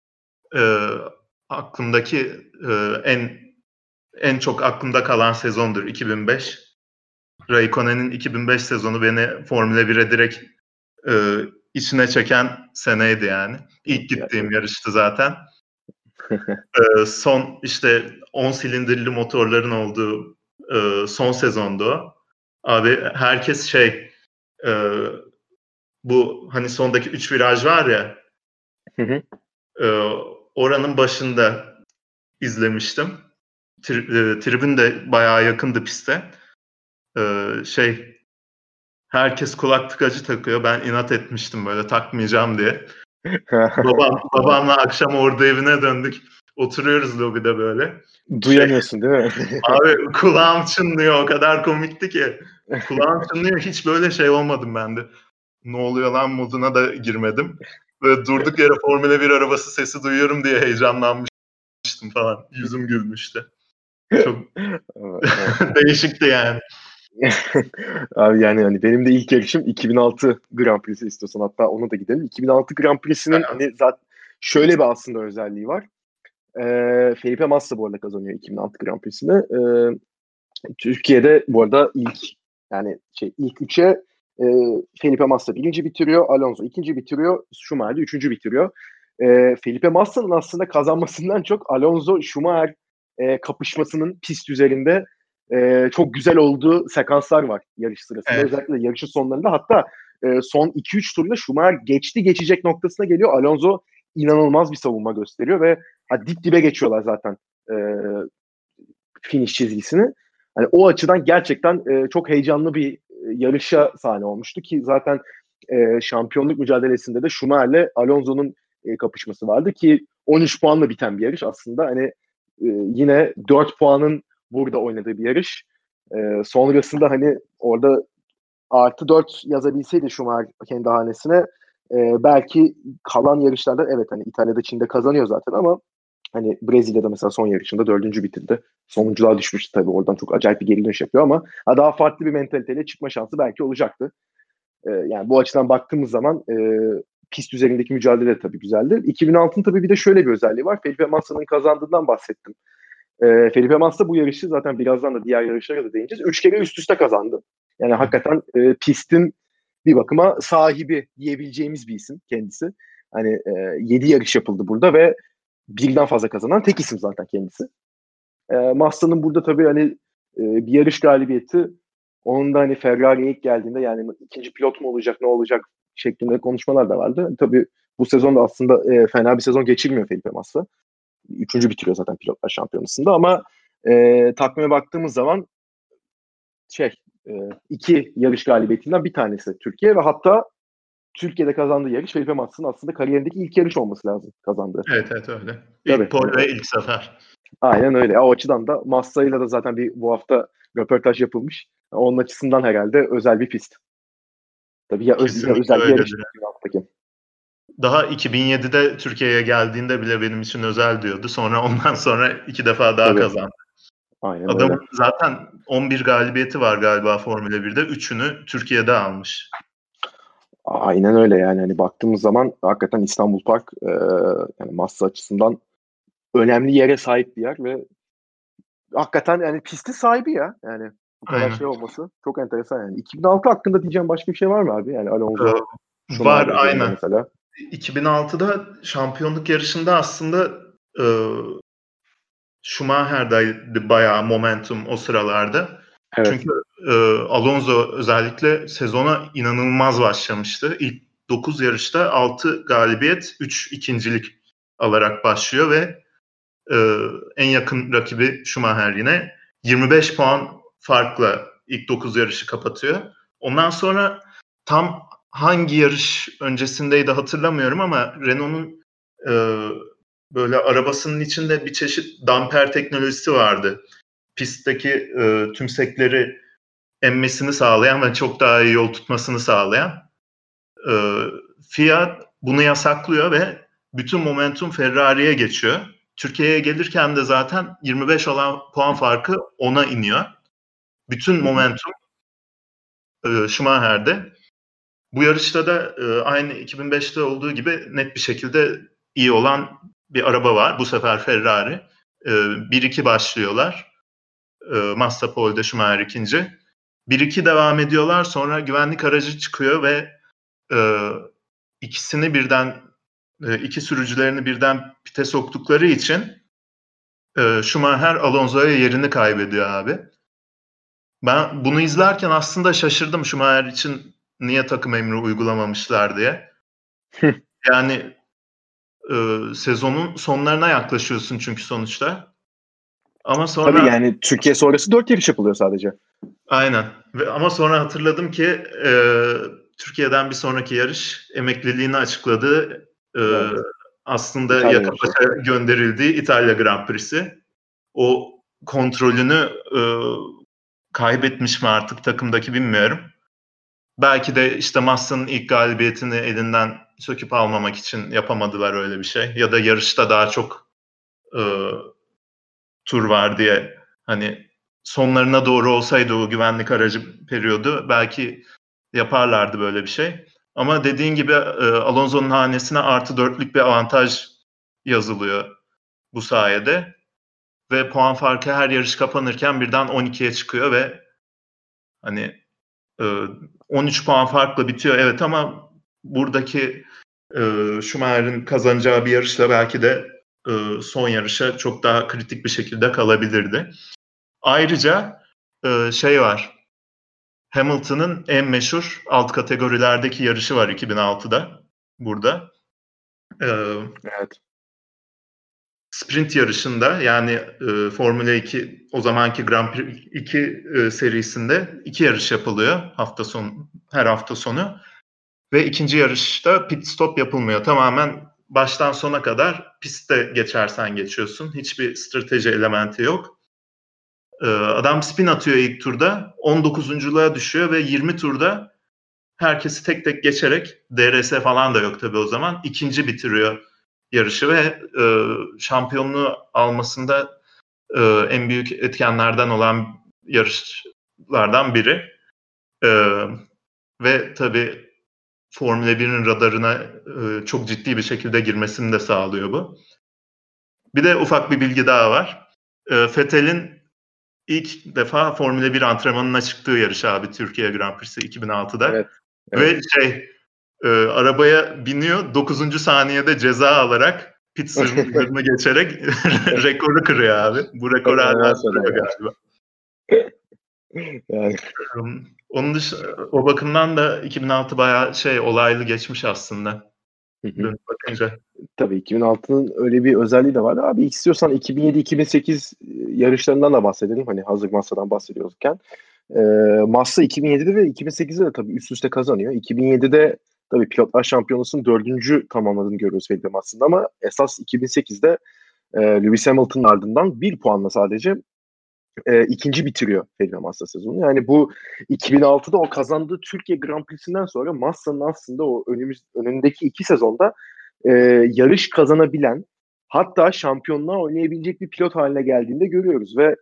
[SPEAKER 4] aklımdaki en çok aklımda kalan sezondur 2005. Raikkonen'in 2005 sezonu beni Formula 1'e direkt içine çeken seneydi yani. İlk gittiğim yarıştı zaten. Son işte 10 silindirli motorların olduğu son sezondu o. Abi herkes bu hani sondaki 3 viraj var ya, oranın başında izlemiştim. Tribün de bayağı yakındı piste. Herkes kulak tıkacı takıyor. Ben inat etmiştim böyle takmayacağım diye. Babamla akşam orada evine döndük. Oturuyoruz lobide böyle.
[SPEAKER 2] Duyamıyorsun değil mi?
[SPEAKER 4] Abi kulağım çınlıyor. O kadar komikti ki. Kulağım çınlıyor. Hiç böyle olmadım ben de. Ne oluyor lan moduna da girmedim. Böyle durduk yere Formula 1 arabası sesi duyuyorum diye heyecanlanmıştım falan. Yüzüm gülmüştü. Çok değişikti yani.
[SPEAKER 2] Abi yani hani benim de ilk yarışım 2006 Grand Prix'si, istiyorsan hatta ona da gidelim. 2006 Grand Prix'sinin hani zaten şöyle bir aslında özelliği var. Felipe Massa bu arada kazanıyor 2006 Grand Prix'sini. Türkiye'de bu arada ilk üçe Felipe Massa birinci bitiriyor, Alonso ikinci bitiriyor, Schumacher de üçüncü bitiriyor. Felipe Massa'nın aslında kazanmasından çok Alonso-Schumacher kapışmasının pist üzerinde çok güzel olduğu sekanslar var yarış sırasında.
[SPEAKER 4] Evet.
[SPEAKER 2] Özellikle yarışın sonlarında, hatta son 2-3 turda Schumacher geçecek noktasına geliyor. Alonso inanılmaz bir savunma gösteriyor ve dip dibe geçiyorlar zaten finish çizgisini. Hani o açıdan gerçekten çok heyecanlı bir yarışa sahne olmuştu ki zaten şampiyonluk mücadelesinde de Schumacher'le Alonso'nun kapışması vardı ki 13 puanla biten bir yarış aslında. Hani yine 4 puanın burada oynadığı bir yarış. Sonrasında hani orada artı 4 yazabilseydi Schumacher kendi hanesine, belki kalan yarışlarda, evet hani İtalya'da, Çin'de kazanıyor zaten ama hani Brezilya'da mesela son yarışında 4. bitirdi. Sonunculuğa düşmüştü tabii. Oradan çok acayip bir geri dönüş yapıyor ama daha farklı bir mentaliteyle çıkma şansı belki olacaktı. Yani bu açıdan baktığımız zaman pist üzerindeki mücadele de tabii güzeldi. 2006'ın tabii bir de şöyle bir özelliği var. Felipe Massa'nın kazandığından bahsettim. Felipe Massa bu yarışı zaten birazdan da diğer yarışlara da değineceğiz. 3 kere üst üste kazandı. Yani hakikaten pistin bir bakıma sahibi diyebileceğimiz bir isim kendisi. Hani 7 yarış yapıldı burada ve birden fazla kazanan tek isim zaten kendisi. Massa'nın burada tabii hani bir yarış galibiyeti, onun da hani Ferrari'ye ilk geldiğinde yani ikinci pilot mu olacak, ne olacak şeklinde konuşmalar da vardı. Tabii bu sezon da aslında fena bir sezon geçirmiyor Felipe Massa. Üçüncü bitiriyor zaten pilotlar şampiyonasında ama takvime baktığımız zaman iki yarış galibiyetinden bir tanesi Türkiye ve hatta Türkiye'de kazandığı yarış Felipe Massa'nın aslında kariyerindeki ilk yarış olması lazım kazandığı.
[SPEAKER 4] Evet öyle.
[SPEAKER 2] Tabii.
[SPEAKER 4] İlk pole ve ilk sefer.
[SPEAKER 2] Aynen öyle. O açıdan da Massa'yla da zaten bu hafta röportaj yapılmış. Onun açısından herhalde özel bir pist. Tabii ya özel bir yarış.
[SPEAKER 4] Daha 2007'de Türkiye'ye geldiğinde bile benim için özel diyordu. Sonra ondan sonra 2 defa daha kazandı.
[SPEAKER 2] Aynen
[SPEAKER 4] Adamın
[SPEAKER 2] öyle.
[SPEAKER 4] zaten 11 galibiyeti var galiba Formula 1'de. 3'ünü Türkiye'de almış.
[SPEAKER 2] Aynen öyle yani. Hani baktığımız zaman hakikaten İstanbul Park yani Massa açısından önemli yere sahip bir yer ve hakikaten yani pistin sahibi ya. Yani bu kadar
[SPEAKER 4] Aynen.
[SPEAKER 2] olması çok enteresan yani. 2006 hakkında diyeceğim başka bir şey var mı abi? Yani Alonso
[SPEAKER 4] var aynen.
[SPEAKER 2] Mesela.
[SPEAKER 4] 2006'da şampiyonluk yarışında aslında Schumacher'daydı bayağı momentum o sıralarda. Evet. Çünkü Alonso özellikle sezona inanılmaz başlamıştı. İlk 9 yarışta 6 galibiyet, 3 ikincilik alarak başlıyor ve en yakın rakibi Schumacher yine 25 puan farkla ilk 9 yarışı kapatıyor. Ondan sonra tam hangi yarış öncesindeydi hatırlamıyorum ama Renault'un böyle arabasının içinde bir çeşit damper teknolojisi vardı. Pistteki tümsekleri emmesini sağlayan ve çok daha iyi yol tutmasını sağlayan. FIA bunu yasaklıyor ve bütün momentum Ferrari'ye geçiyor. Türkiye'ye gelirken de zaten 25 olan puan farkı 10'a iniyor. Bütün momentum Schumacher'de. Bu yarışta da aynı 2005'te olduğu gibi net bir şekilde iyi olan bir araba var. Bu sefer Ferrari. 1-2 başlıyorlar. Massa pole'de, Schumacher ikinci. 1-2 devam ediyorlar. Sonra güvenlik aracı çıkıyor ve ikisini birden iki sürücülerini birden pite soktukları için Schumacher Alonso'ya yerini kaybediyor abi. Ben bunu izlerken aslında şaşırdım Schumacher için niye takım emri uygulamamışlar diye. Yani sezonun sonlarına yaklaşıyorsun çünkü sonuçta. Ama sonra
[SPEAKER 3] Tabii yani Türkiye sonrası 4 yarış yapılıyor sadece.
[SPEAKER 4] aynen. Ama sonra hatırladım ki Türkiye'den bir sonraki yarış emekliliğini açıkladığı
[SPEAKER 3] Evet.
[SPEAKER 4] aslında
[SPEAKER 3] İtalya
[SPEAKER 4] yaka
[SPEAKER 3] yarışı.
[SPEAKER 4] paça gönderildiği İtalya Grand Prix'si. O kontrolünü kaybetmiş mi artık takımdaki bilmiyorum. Belki de işte Massa'nın ilk galibiyetini elinden söküp almamak için yapamadılar öyle bir şey. Ya da yarışta daha çok tur var diye hani sonlarına doğru olsaydı o güvenlik aracı periyodu belki yaparlardı böyle bir şey. Ama dediğin gibi Alonso'nun hanesine +4'lük bir avantaj yazılıyor bu sayede. Ve puan farkı her yarış kapanırken birden 12'ye çıkıyor ve hani 13 puan farkla bitiyor. Evet ama buradaki Schumacher'in kazanacağı bir yarışla belki de son yarışa çok daha kritik bir şekilde kalabilirdi. Ayrıca şey var. Hamilton'ın en meşhur alt kategorilerdeki yarışı var 2006'da burada.
[SPEAKER 3] Evet.
[SPEAKER 4] Sprint yarışında yani Formula 2 o zamanki Grand Prix 2 serisinde 2 yarış yapılıyor her hafta sonu ve ikinci yarışta pit stop yapılmıyor. Tamamen baştan sona kadar pistte geçersen geçiyorsun. Hiçbir strateji elementi yok. Adam spin atıyor ilk turda 19'unculuğa düşüyor ve 20 turda herkesi tek tek geçerek DRS falan da yok tabii o zaman ikinci bitiriyor yarışı ve şampiyonluğu almasında en büyük etkenlerden olan yarışlardan biri. Ve tabii Formula 1'in radarına çok ciddi bir şekilde girmesini de sağlıyor bu. Bir de ufak bir bilgi daha var. Vettel'in ilk defa Formula 1 antrenmanına çıktığı yarış abi Türkiye Grand Prix'si 2006'da.
[SPEAKER 3] Evet.
[SPEAKER 4] Ve arabaya biniyor 9. saniyede ceza alarak pit sınırını geçerek rekoru kırıyor abi. Bu rekor hala duruyor galiba.
[SPEAKER 3] Yani.
[SPEAKER 4] Onun o bakımdan da 2006 bayağı olaylı geçmiş aslında. Dönüp bakınca.
[SPEAKER 3] Tabii 2006'nın öyle bir özelliği de vardı. Abi istiyorsan 2007-2008 yarışlarından da bahsedelim. Hani hazır Massa'dan bahsediyorken. Massa 2007'de ve 2008'de de tabii üst üste kazanıyor. 2007'de tabii Pilotlar Şampiyonası'nın 4. tamamladığını görüyoruz Felipe Massa'nın ama esas 2008'de Lewis Hamilton'ın ardından 1 puanla sadece ikinci bitiriyor Felipe Massa sezonu. Yani bu 2006'da o kazandığı Türkiye Grand Prix'sinden sonra Massa'nın aslında o önündeki 2 sezonda yarış kazanabilen hatta şampiyonluğa oynayabilecek bir pilot haline geldiğinde görüyoruz ve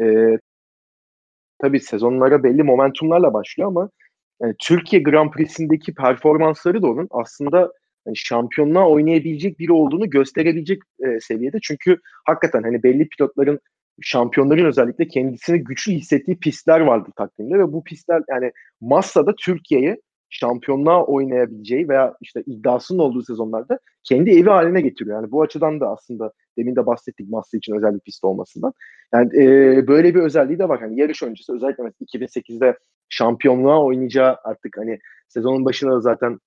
[SPEAKER 3] tabii sezonlara belli momentumlarla başlıyor ama yani Türkiye Grand Prix'sindeki performansları da onun aslında yani şampiyonluğa oynayabilecek biri olduğunu gösterebilecek seviyede. Çünkü hakikaten hani belli pilotların şampiyonların özellikle kendisini güçlü hissettiği pistler vardı takvimde ve bu pistler yani Massa'da Türkiye'ye şampiyonluğa oynayabileceği veya işte iddiasının olduğu sezonlarda kendi evi haline getiriyor. Yani bu açıdan da aslında demin de bahsettik Massa için özel bir pist olmasından. Yani böyle bir özelliği de var. Hani yarış öncesi özellikle 2008'de şampiyonluğa oynayacağı artık hani sezonun başında da zaten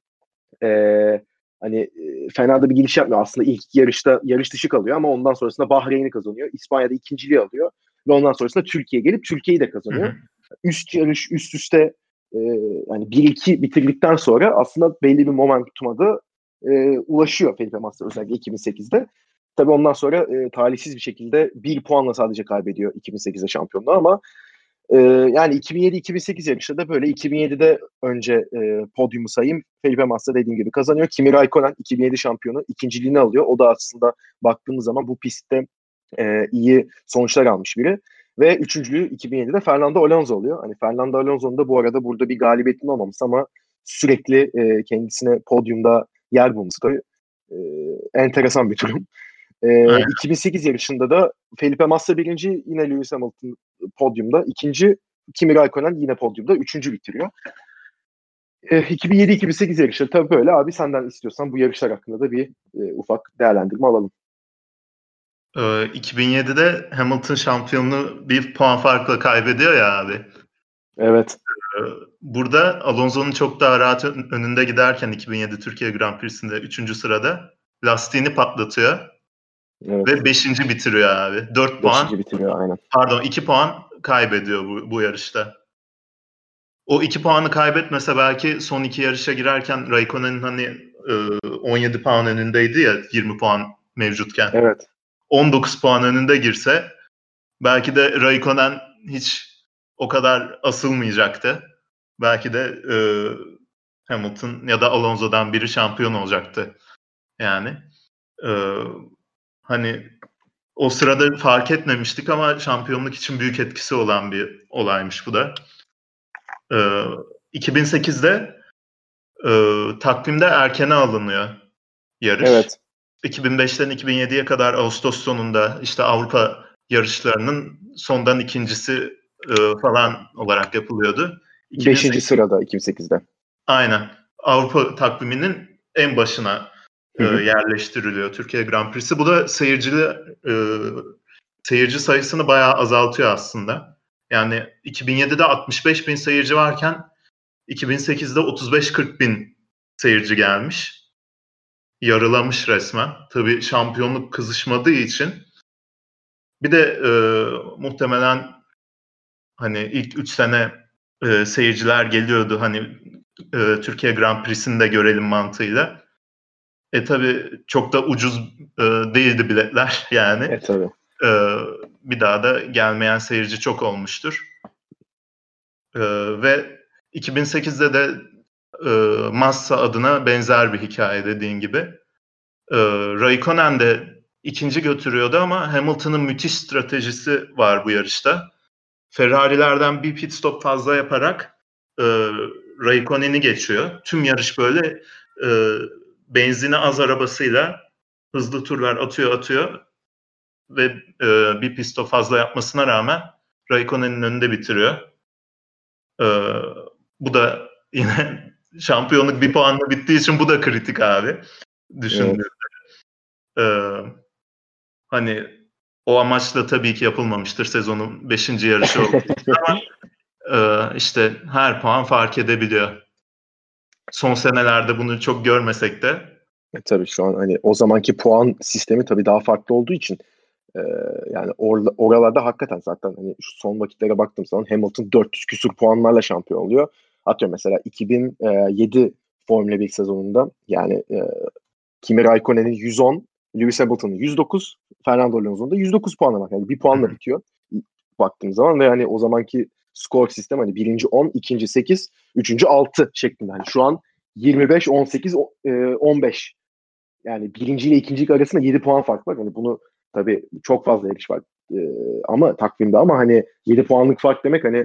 [SPEAKER 3] fena da bir giriş yapmıyor. Aslında ilk yarışta yarış dışı kalıyor ama ondan sonrasında Bahreyn'i kazanıyor. İspanya'da ikinciliği alıyor. Ve ondan sonrasında Türkiye'ye gelip Türkiye'yi de kazanıyor. Hı hı. Üst yarış üst üste yani 1-2 bitirdikten sonra aslında belli bir momentuma da ulaşıyor Felipe Massa özellikle 2008'de. Tabii ondan sonra talihsiz bir şekilde 1 puanla sadece kaybediyor 2008'de şampiyonluğu ama yani 2007-2008 yarışında da böyle 2007'de önce podyumu sayayım. Felipe Massa dediğim gibi kazanıyor. Kimi Raikkonen 2007 şampiyonu ikinciliğini alıyor. O da aslında baktığımız zaman bu pistte iyi sonuçlar almış biri. Ve üçüncülüğü 2007'de Fernando Alonso oluyor. Hani Fernando Alonso'nun da bu arada burada bir galibiyetin olmaması ama sürekli kendisine podyumda yer bulması tabii enteresan bir durum. 2008 yarışında da Felipe Massa birinci, yine Lewis Hamilton podyumda. İkinci Kimi Raikkonen yine podyumda. Üçüncü bitiriyor.
[SPEAKER 2] 2007-2008 yarışları tabii böyle abi, senden istiyorsan bu yarışlar hakkında da bir ufak değerlendirme alalım.
[SPEAKER 4] 2007'de Hamilton şampiyonluğu bir puan farkla kaybediyor ya abi.
[SPEAKER 2] Evet.
[SPEAKER 4] Burada Alonso'nun çok daha rahat önünde giderken 2007 Türkiye Grand Prix'sinde 3. sırada lastiğini patlatıyor
[SPEAKER 2] Evet.
[SPEAKER 4] ve 5. bitiriyor abi. 4 puan,
[SPEAKER 2] 5. bitiriyor aynen.
[SPEAKER 4] pardon 2 puan kaybediyor bu yarışta. O 2 puanı kaybetmese belki son 2 yarışa girerken Raikkonen'in hani 17 puan önündeydi ya 20 puan mevcutken.
[SPEAKER 2] Evet.
[SPEAKER 4] 19 puan önünde girse belki de Raikkonen hiç o kadar asılmayacaktı. Belki de Hamilton ya da Alonso'dan biri şampiyon olacaktı. Yani hani o sırada fark etmemiştik ama şampiyonluk için büyük etkisi olan bir olaymış bu da. 2008'de takvimde erkene alınıyor yarış.
[SPEAKER 2] Evet.
[SPEAKER 4] 2005'ten 2007'ye kadar Ağustos sonunda işte Avrupa yarışlarının sondan ikincisi falan olarak yapılıyordu.
[SPEAKER 2] 5. sırada 2008'de.
[SPEAKER 4] Aynen. Avrupa takviminin en başına yerleştiriliyor Türkiye Grand Prix'si. Bu da seyirci sayısını bayağı azaltıyor aslında. Yani 2007'de 65 bin seyirci varken 2008'de 35-40 bin seyirci gelmiş. Yarılamış resmen. Tabii şampiyonluk kızışmadığı için. Bir de muhtemelen hani ilk 3 sene seyirciler geliyordu hani Türkiye Grand Prix'sini de görelim mantığıyla. Tabii çok da ucuz değildi biletler yani.
[SPEAKER 2] Tabii.
[SPEAKER 4] Bir daha da gelmeyen seyirci çok olmuştur. Ve 2008'de de Massa adına benzer bir hikaye dediğin gibi. Raikkonen de ikinci götürüyordu ama Hamilton'ın müthiş stratejisi var bu yarışta. Ferrari'lerden bir pit stop fazla yaparak Raikkonen'i geçiyor. Tüm yarış böyle benzini az arabasıyla hızlı turlar atıyor ve bir pit stop fazla yapmasına rağmen Raikkonen'in önünde bitiriyor. Bu da yine şampiyonluk bir puanla bittiği için bu da kritik abi. Düşündüğümde. Evet. Hani o amaçla tabii ki yapılmamıştır sezonun 5. yarışı olduğu için ama işte her puan fark edebiliyor. Son senelerde bunu çok görmesek de.
[SPEAKER 2] Tabii şu an hani o zamanki puan sistemi tabii daha farklı olduğu için yani oralarda hakikaten zaten hani şu son vakitlere baktığım zaman Hamilton 400 küsur puanlarla şampiyon oluyor. Atıyorum mesela 2007 Formula 1 sezonunda yani Kimi Raikkonen'in 110, Lewis Hamilton'ın 109, Fernando Alonso'nun da 109 puanı var. Yani bir puanla bitiyor baktığım zaman ve yani o zamanki skor sistemi hani birinci 10, ikinci 8, üçüncü 6 şeklinde. Yani şu an 25, 18, 15. Yani birinci ile ikinci arasında 7 puan fark var. Yani bunu tabii çok fazla yarış var. Ama takvimde ama hani 7 puanlık fark demek hani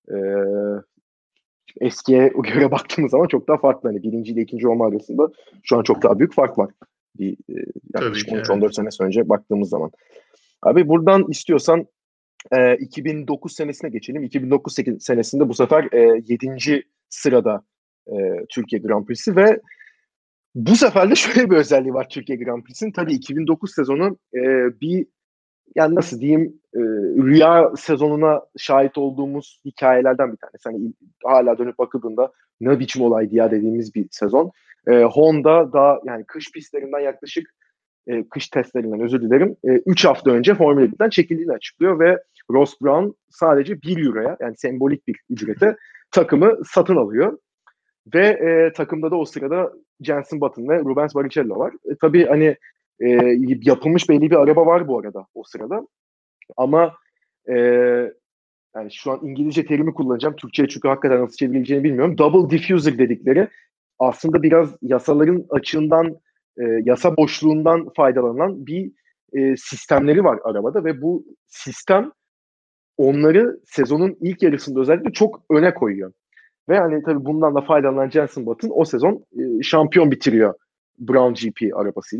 [SPEAKER 2] eskiye göre baktığımız zaman çok daha farklı. Hani birinci ile ikinci olma arasında şu an çok daha büyük fark var. Yaklaşık 13-14 senesi önce baktığımız zaman. Abi buradan istiyorsan 2009 senesine geçelim. 2009 senesinde bu sefer 7. sırada Türkiye Grand Prix'si ve bu sefer de şöyle bir özelliği var Türkiye Grand Prix'sinin. Tabii 2009 sezonu bir yani nasıl diyeyim rüya sezonuna şahit olduğumuz hikayelerden bir tanesi. Hani hala dönüp bakıldığında ne biçim olaydı ya dediğimiz bir sezon. Honda daha yani kış pistlerinden yaklaşık kış testlerinden özür dilerim 3 hafta önce Formula 1'den çekildiğini açıklıyor ve Ross Brown sadece 1 euroya yani sembolik bir ücrete takımı satın alıyor. Ve takımda da o sırada Jenson Button ve Rubens Barrichello var. Tabii hani yapılmış belli bir araba var bu arada o sırada. Ama yani şu an İngilizce terimi kullanacağım. Türkçe'ye çünkü hakikaten nasıl çevrileceğini bilmiyorum. Double diffuser dedikleri aslında biraz yasaların açığından, yasa boşluğundan faydalanan bir sistemleri var arabada ve bu sistem onları sezonun ilk yarısında özellikle çok öne koyuyor. Ve hani tabii bundan da faydalanan Jenson Button o sezon şampiyon bitiriyor Brown GP arabasıyla.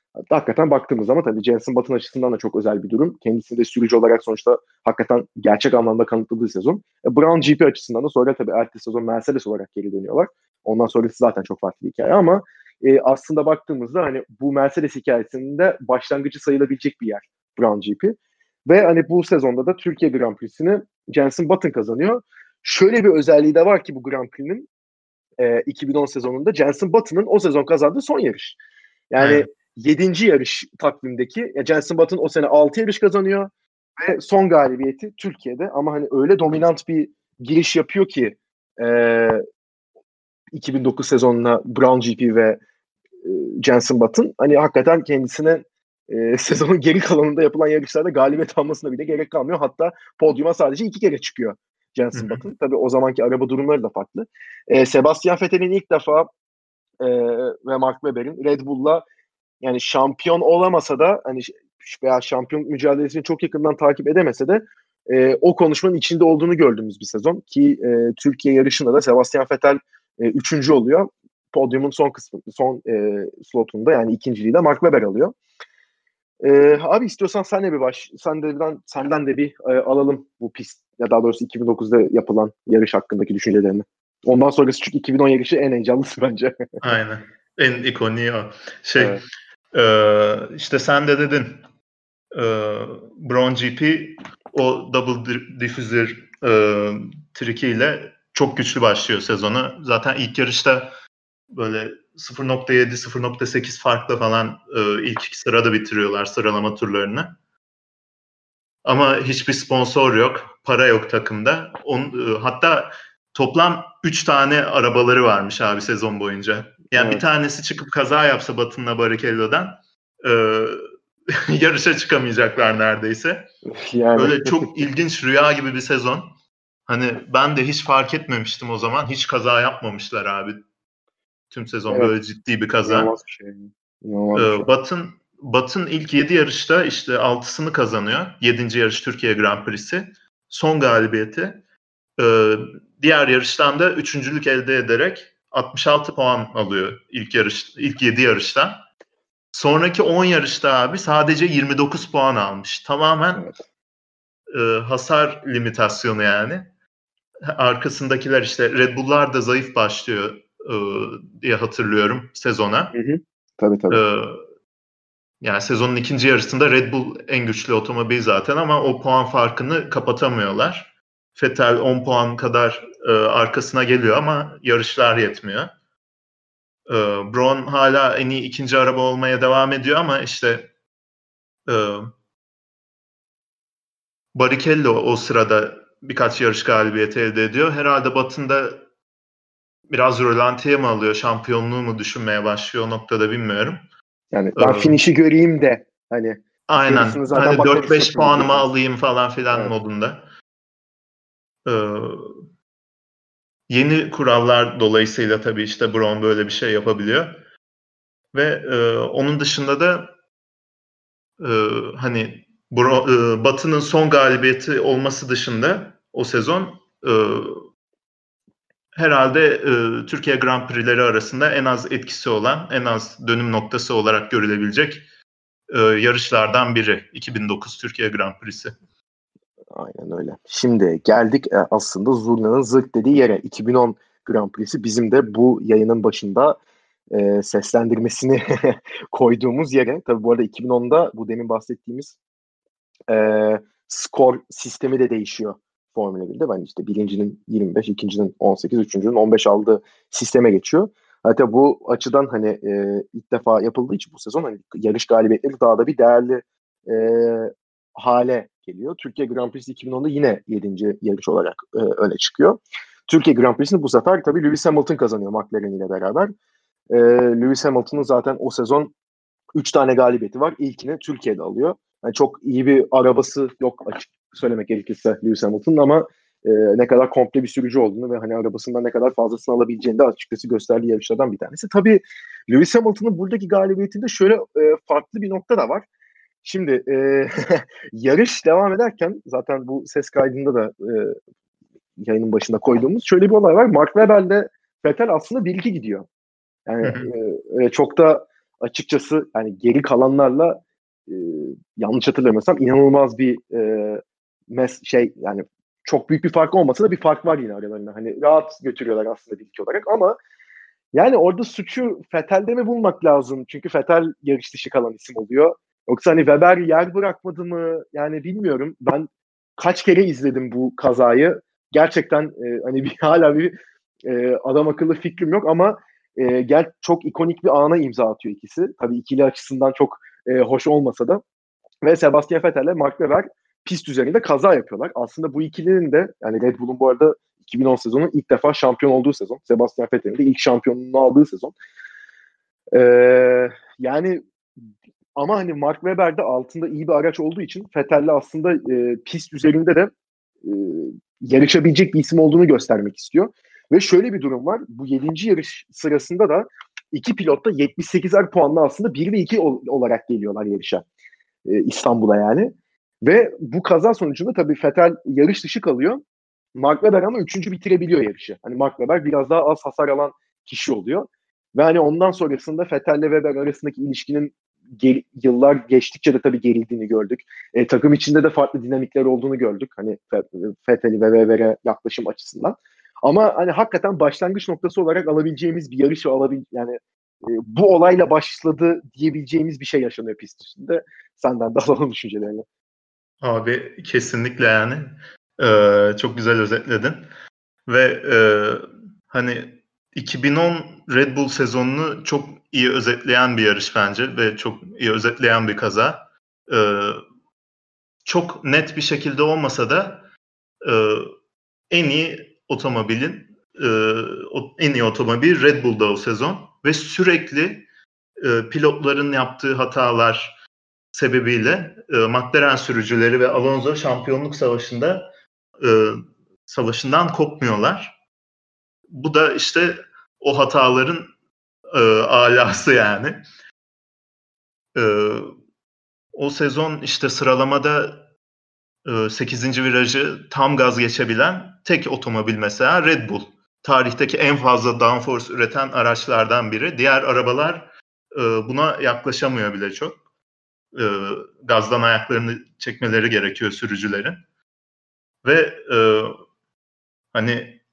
[SPEAKER 2] Hakikaten baktığımız zaman tabii Jenson Button açısından da çok özel bir durum. Kendisini de sürücü olarak sonuçta hakikaten gerçek anlamda kanıtladığı sezon. Brown GP açısından da sonra tabii ertesi sezon Mercedes olarak geri dönüyorlar. Ondan sonrası zaten çok farklı bir hikaye ama aslında baktığımızda hani bu Mercedes hikayesinde başlangıcı sayılabilecek bir yer Brown GP. Ve hani bu sezonda da Türkiye Grand Prix'sini Jenson Button kazanıyor. Şöyle bir özelliği de var ki bu Grand Prix'nin 2010 sezonunda Jenson Button'ın o sezon kazandığı son yarış. Yani
[SPEAKER 4] Evet.
[SPEAKER 2] 7. yarış takvimdeki Jenson Button o sene 6 yarış kazanıyor ve son galibiyeti Türkiye'de ama hani öyle dominant bir giriş yapıyor ki 2009 sezonuna Brown GP ve Jenson Button hani hakikaten kendisine sezonun geri kalanında yapılan yarışlarda galibiyet almasına bile gerek kalmıyor. Hatta podyuma sadece 2 kere çıkıyor Jenson Button. Tabii o zamanki araba durumları da farklı. Sebastian Vettel'in ilk defa ve Mark Webber'in Red Bull'la yani şampiyon olamasa da hani veya şampiyon mücadelesini çok yakından takip edemese de o konuşmanın içinde olduğunu gördüğümüz bir sezon ki Türkiye yarışında da Sebastian Vettel 3. oluyor. Podyumun son kısmı, son slotunda yani ikinciliği de Mark Webber alıyor. Abi istiyorsan senden de bir alalım bu pist ya daha doğrusu 2009'da yapılan yarış hakkındaki düşüncelerini. Ondan sonrası çünkü 2010 yarışı en heyecanlısı bence.
[SPEAKER 4] Aynen. En ikoniği o.
[SPEAKER 2] Evet.
[SPEAKER 4] İşte sen de dedin Brown GP o double diffuser trickiyle çok güçlü başlıyor sezonu. Zaten ilk yarışta böyle 0.7 0.8 farkla falan ilk 2 sırada bitiriyorlar sıralama turlarını. Ama hiçbir sponsor yok, para yok takımda. Hatta toplam 3 tane arabaları varmış abi sezon boyunca. Yani
[SPEAKER 2] Evet.
[SPEAKER 4] bir tanesi çıkıp kaza yapsa Button'la Barrichello'dan yarışa çıkamayacaklar neredeyse.
[SPEAKER 2] Yani.
[SPEAKER 4] Öyle çok ilginç rüya gibi bir sezon. Hani ben de hiç fark etmemiştim o zaman. Hiç kaza yapmamışlar abi. Tüm sezon
[SPEAKER 2] Evet.
[SPEAKER 4] böyle ciddi bir kaza.
[SPEAKER 2] İnanılmaz bir şey. İnanılmaz bir şey.
[SPEAKER 4] Button ilk 7 yarışta işte 6'sını kazanıyor. 7. yarış Türkiye Grand Prix'si. Son galibiyeti. Diğer yarıştan da üçüncülük elde ederek 66 puan alıyor ilk 7 yarıştan. Sonraki 10 yarışta abi sadece 29 puan almış. Tamamen hasar limitasyonu yani. Arkasındakiler işte Red Bull'lar da zayıf başlıyor diye hatırlıyorum sezona.
[SPEAKER 2] Hı. Tabii.
[SPEAKER 4] Yani sezonun ikinci yarısında Red Bull en güçlü otomobil zaten ama o puan farkını kapatamıyorlar. Vettel 10 puan kadar arkasına geliyor ama yarışlar yetmiyor. Brown hala en iyi ikinci araba olmaya devam ediyor ama işte Barrichello o sırada birkaç yarış galibiyeti elde ediyor. Herhalde Button'da biraz rölantiye mi alıyor, şampiyonluğu mu düşünmeye başlıyor o noktada bilmiyorum.
[SPEAKER 2] Yani ben finişi göreyim de hani
[SPEAKER 4] Aynen.
[SPEAKER 2] gerisini zaten
[SPEAKER 4] Hani
[SPEAKER 2] bakarız
[SPEAKER 4] 4-5
[SPEAKER 2] şeklinde
[SPEAKER 4] puanımı
[SPEAKER 2] diyorsunuz.
[SPEAKER 4] alayım falan filan
[SPEAKER 2] Evet.
[SPEAKER 4] modunda. Yeni kurallar dolayısıyla tabii işte Brown böyle bir şey yapabiliyor. Ve onun dışında da hani Batı'nın son galibiyeti olması dışında o sezon herhalde Türkiye Grand Prix'leri arasında en az etkisi olan, en az dönüm noktası olarak görülebilecek yarışlardan biri. 2009 Türkiye Grand Prix'si.
[SPEAKER 2] Aynen öyle. Şimdi geldik aslında zurnanın zırt dediği yere. 2010 Grand Prix'si bizim de bu yayının başında seslendirmesini koyduğumuz yere. Tabii bu arada 2010'da bu demin bahsettiğimiz skor sistemi de değişiyor Formula 1'de. Ben işte birincinin 25, ikincinin 18, üçüncünün 15 aldığı sisteme geçiyor. Hatta bu açıdan hani ilk defa yapıldığı için bu sezon hani yarış galibiyetleri daha da bir değerli e, hale geliyor. Türkiye Grand Prix'si 2010'da yine 7. yarış olarak öne çıkıyor. Türkiye Grand Prix'sini bu sefer tabii Lewis Hamilton kazanıyor McLaren ile beraber. Lewis Hamilton'ın zaten o sezon 3 tane galibiyeti var. İlkini Türkiye'de alıyor. Yani çok iyi bir arabası yok açık söylemek gerekirse Lewis Hamilton'ın ama ne kadar komple bir sürücü olduğunu ve hani arabasından ne kadar fazlasını alabileceğini de açıkçası gösterdiği yarışlardan bir tanesi. Tabii Lewis Hamilton'ın buradaki galibiyetinde şöyle farklı bir nokta da var. Şimdi yarış devam ederken zaten bu ses kaydında da yayının başında koyduğumuz şöyle bir olay var. Mark Webber'le Vettel aslında 1-2 gidiyor. Yani çok da açıkçası yani geri kalanlarla yanlış hatırlamıyorsam inanılmaz bir yani çok büyük bir fark olmasa da bir fark var yine aralarında. Hani rahat götürüyorlar aslında ilk olarak ama yani orada suçu Vettel'de mi bulmak lazım? Çünkü Vettel yarış dışı kalan isim oluyor. Yoksa hani Weber yer bırakmadı mı? Yani bilmiyorum. Ben kaç kere izledim bu kazayı. Gerçekten hani hala bir adam akıllı fikrim yok ama çok ikonik bir ana imza atıyor ikisi. Tabii ikili açısından çok hoş olmasa da. Ve Sebastian Vettel ile Mark Webber pist üzerinde kaza yapıyorlar. Aslında bu ikilinin de yani Red Bull'un bu arada 2010 sezonu ilk defa şampiyon olduğu sezon. Sebastian Vettel'in de ilk şampiyonluğunu aldığı sezon. Yani ama hani Mark Webber de altında iyi bir araç olduğu için Vettel'le aslında pist üzerinde de yarışabilecek bir isim olduğunu göstermek istiyor. Ve şöyle bir durum var. Bu 7. yarış sırasında da iki pilot da 78'er puanla aslında 1 ve 2 olarak geliyorlar yarışa. İstanbul'a yani. Ve bu kaza sonucunda tabii Vettel yarış dışı kalıyor. Mark Webber ama 3. bitirebiliyor yarışı. Hani Mark Webber biraz daha az hasar alan kişi oluyor. Ve hani ondan sonrasında Vettel ile Webber arasındaki ilişkinin yıllar geçtikçe de tabii gerildiğini gördük. Takım içinde de farklı dinamikler olduğunu gördük. Hani Vettel'i ve Webber'e yaklaşım açısından. Ama hani hakikaten başlangıç noktası olarak alabileceğimiz bir yarış yani bu olayla başladı diyebileceğimiz bir şey yaşanıyor pist üstünde. Senden de alalım düşüncelerini.
[SPEAKER 4] Abi kesinlikle yani. Çok güzel özetledin. Ve hani 2010 Red Bull sezonunu çok iyi özetleyen bir yarış bence ve çok iyi özetleyen bir kaza. Çok net bir şekilde olmasa da en iyi otomobil Red Bull'da o sezon ve sürekli pilotların yaptığı hatalar sebebiyle McLaren sürücüleri ve Alonso şampiyonluk savaşından kopmuyorlar. Bu da işte o hataların alası yani. O sezon işte sıralamada 8. virajı tam gaz geçebilen tek otomobil mesela Red Bull. Tarihteki en fazla downforce üreten araçlardan biri. Diğer arabalar buna yaklaşamıyor bile çok. Gazdan ayaklarını çekmeleri gerekiyor sürücülerin. Ve hani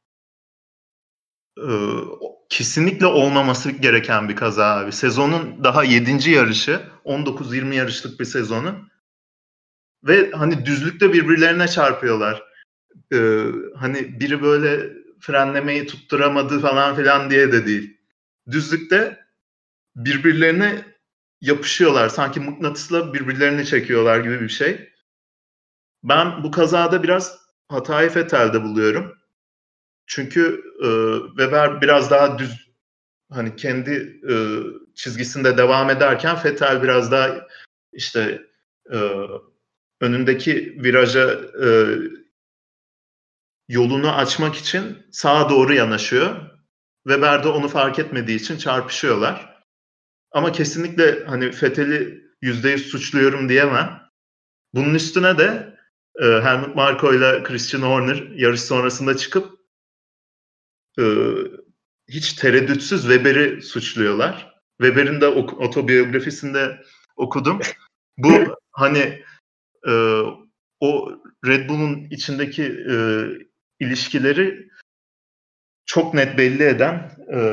[SPEAKER 4] kesinlikle olmaması gereken bir kaza abi. Sezonun daha 7. yarışı, 19-20 yarışlık bir sezonu. Ve hani düzlükte birbirlerine çarpıyorlar. Hani biri böyle frenlemeyi tutturamadı falan filan diye de değil. Düzlükte birbirlerine yapışıyorlar. Sanki mıknatısla birbirlerini çekiyorlar gibi bir şey. Ben bu kazada biraz hatayı Vettel'de buluyorum. Çünkü Webber biraz daha düz hani kendi çizgisinde devam ederken Vettel biraz daha işte önündeki viraja yolunu açmak için sağa doğru yanaşıyor. Weber de onu fark etmediği için çarpışıyorlar. Ama kesinlikle hani Vettel'i %100 suçluyorum diyemem. Bunun üstüne de Helmut Marko ile Christian Horner yarış sonrasında çıkıp hiç tereddütsüz Weber'i suçluyorlar. Weber'in de otobiyografisinde okudum. Bu hani o Red Bull'un içindeki ilişkileri çok net belli eden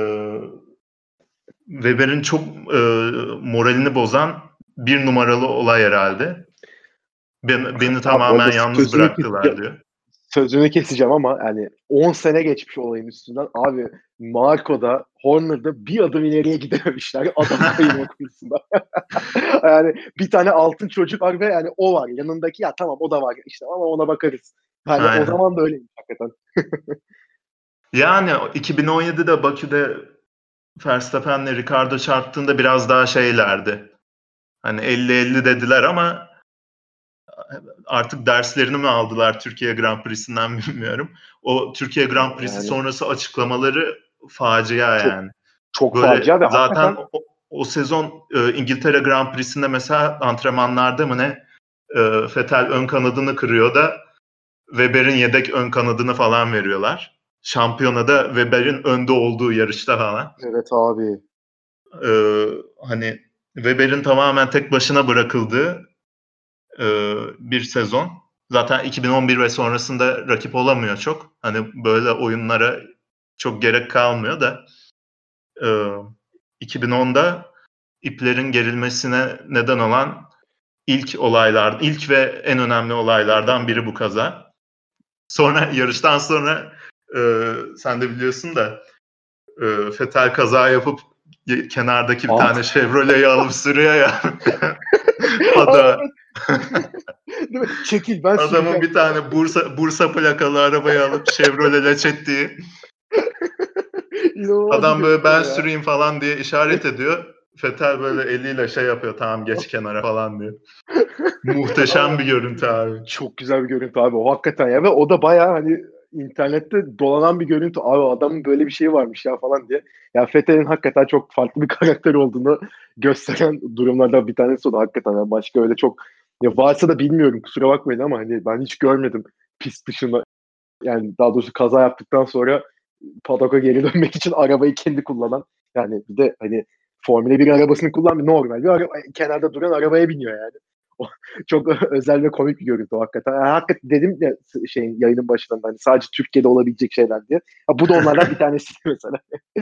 [SPEAKER 4] Weber'in çok moralini bozan bir numaralı olay herhalde. Beni tamamen yalnız bıraktılar diyor.
[SPEAKER 2] Sözünü keseceğim ama yani 10 sene geçmiş olayın üstünden. Abi Marco'da, Horner'da bir adım ileriye gidememişler. Adam kayırma konusunda. Yani bir tane altın çocuk var ve yani o var. Yanındaki ya tamam o da var işte ama ona bakarız. Yani
[SPEAKER 4] Aynen.
[SPEAKER 2] o zaman da öyleymiş hakikaten.
[SPEAKER 4] Yani 2017'de Bakü'de Verstappen'le Ricardo çarptığında biraz daha şeylerdi. Hani 50-50 dediler ama artık derslerini mi aldılar Türkiye Grand Prix'sinden bilmiyorum. O Türkiye Grand Prix'si
[SPEAKER 2] Yani
[SPEAKER 4] sonrası açıklamaları facia yani.
[SPEAKER 2] çok
[SPEAKER 4] Böyle
[SPEAKER 2] facia ve
[SPEAKER 4] zaten
[SPEAKER 2] hakikaten
[SPEAKER 4] o sezon İngiltere Grand Prix'sinde mesela antrenmanlarda mı ne Vettel ön kanadını kırıyor da Weber'in yedek ön kanadını falan veriyorlar. Şampiyonada Weber'in önde olduğu yarışta falan.
[SPEAKER 2] evet abi.
[SPEAKER 4] hani Weber'in tamamen tek başına bırakıldığı bir sezon. Zaten 2011 ve sonrasında rakip olamıyor çok. Hani böyle oyunlara çok gerek kalmıyor da 2010'da iplerin gerilmesine neden olan ilk ve en önemli olaylardan biri bu kaza. Sonra yarıştan sonra sen de biliyorsun da Vettel kaza yapıp kenardaki bir tane Chevrolet'i alıp sürüyor ya.
[SPEAKER 2] Değil mi? Çekil ben
[SPEAKER 4] Adamın bir tane Bursa plakalı arabayı alıp Chevrolet'e çektiği. Adam böyle ben süreyim falan diye işaret ediyor. Vettel böyle eliyle şey yapıyor, tamam geç kenara falan diyor. Muhteşem bir görüntü abi.
[SPEAKER 2] Çok güzel bir görüntü abi o hakikaten ya, ve o da bayağı hani internette dolanan bir görüntü. Abi adamın böyle bir şeyi varmış ya falan diye. Ya Vettel'in hakikaten çok farklı bir karakter olduğunu gösteren durumlardan bir tanesi o da hakikaten. Yani başka öyle çok ya varsa da bilmiyorum, kusura bakmayın ama hani ben hiç görmedim pist dışında. Yani daha doğrusu kaza yaptıktan sonra paddock'a geri dönmek için arabayı kendi kullanan, yani bir de hani Formula 1 arabasını kullanmıyor, normal bir araba, kenarda duran arabaya biniyor yani. O, çok özel ve komik bir görüntü o hakikaten. Yani hakikaten dedim ya şeyin yayının başında hani sadece Türkiye'de olabilecek şeyler diye. Ha, bu da onlardan bir tanesi mesela.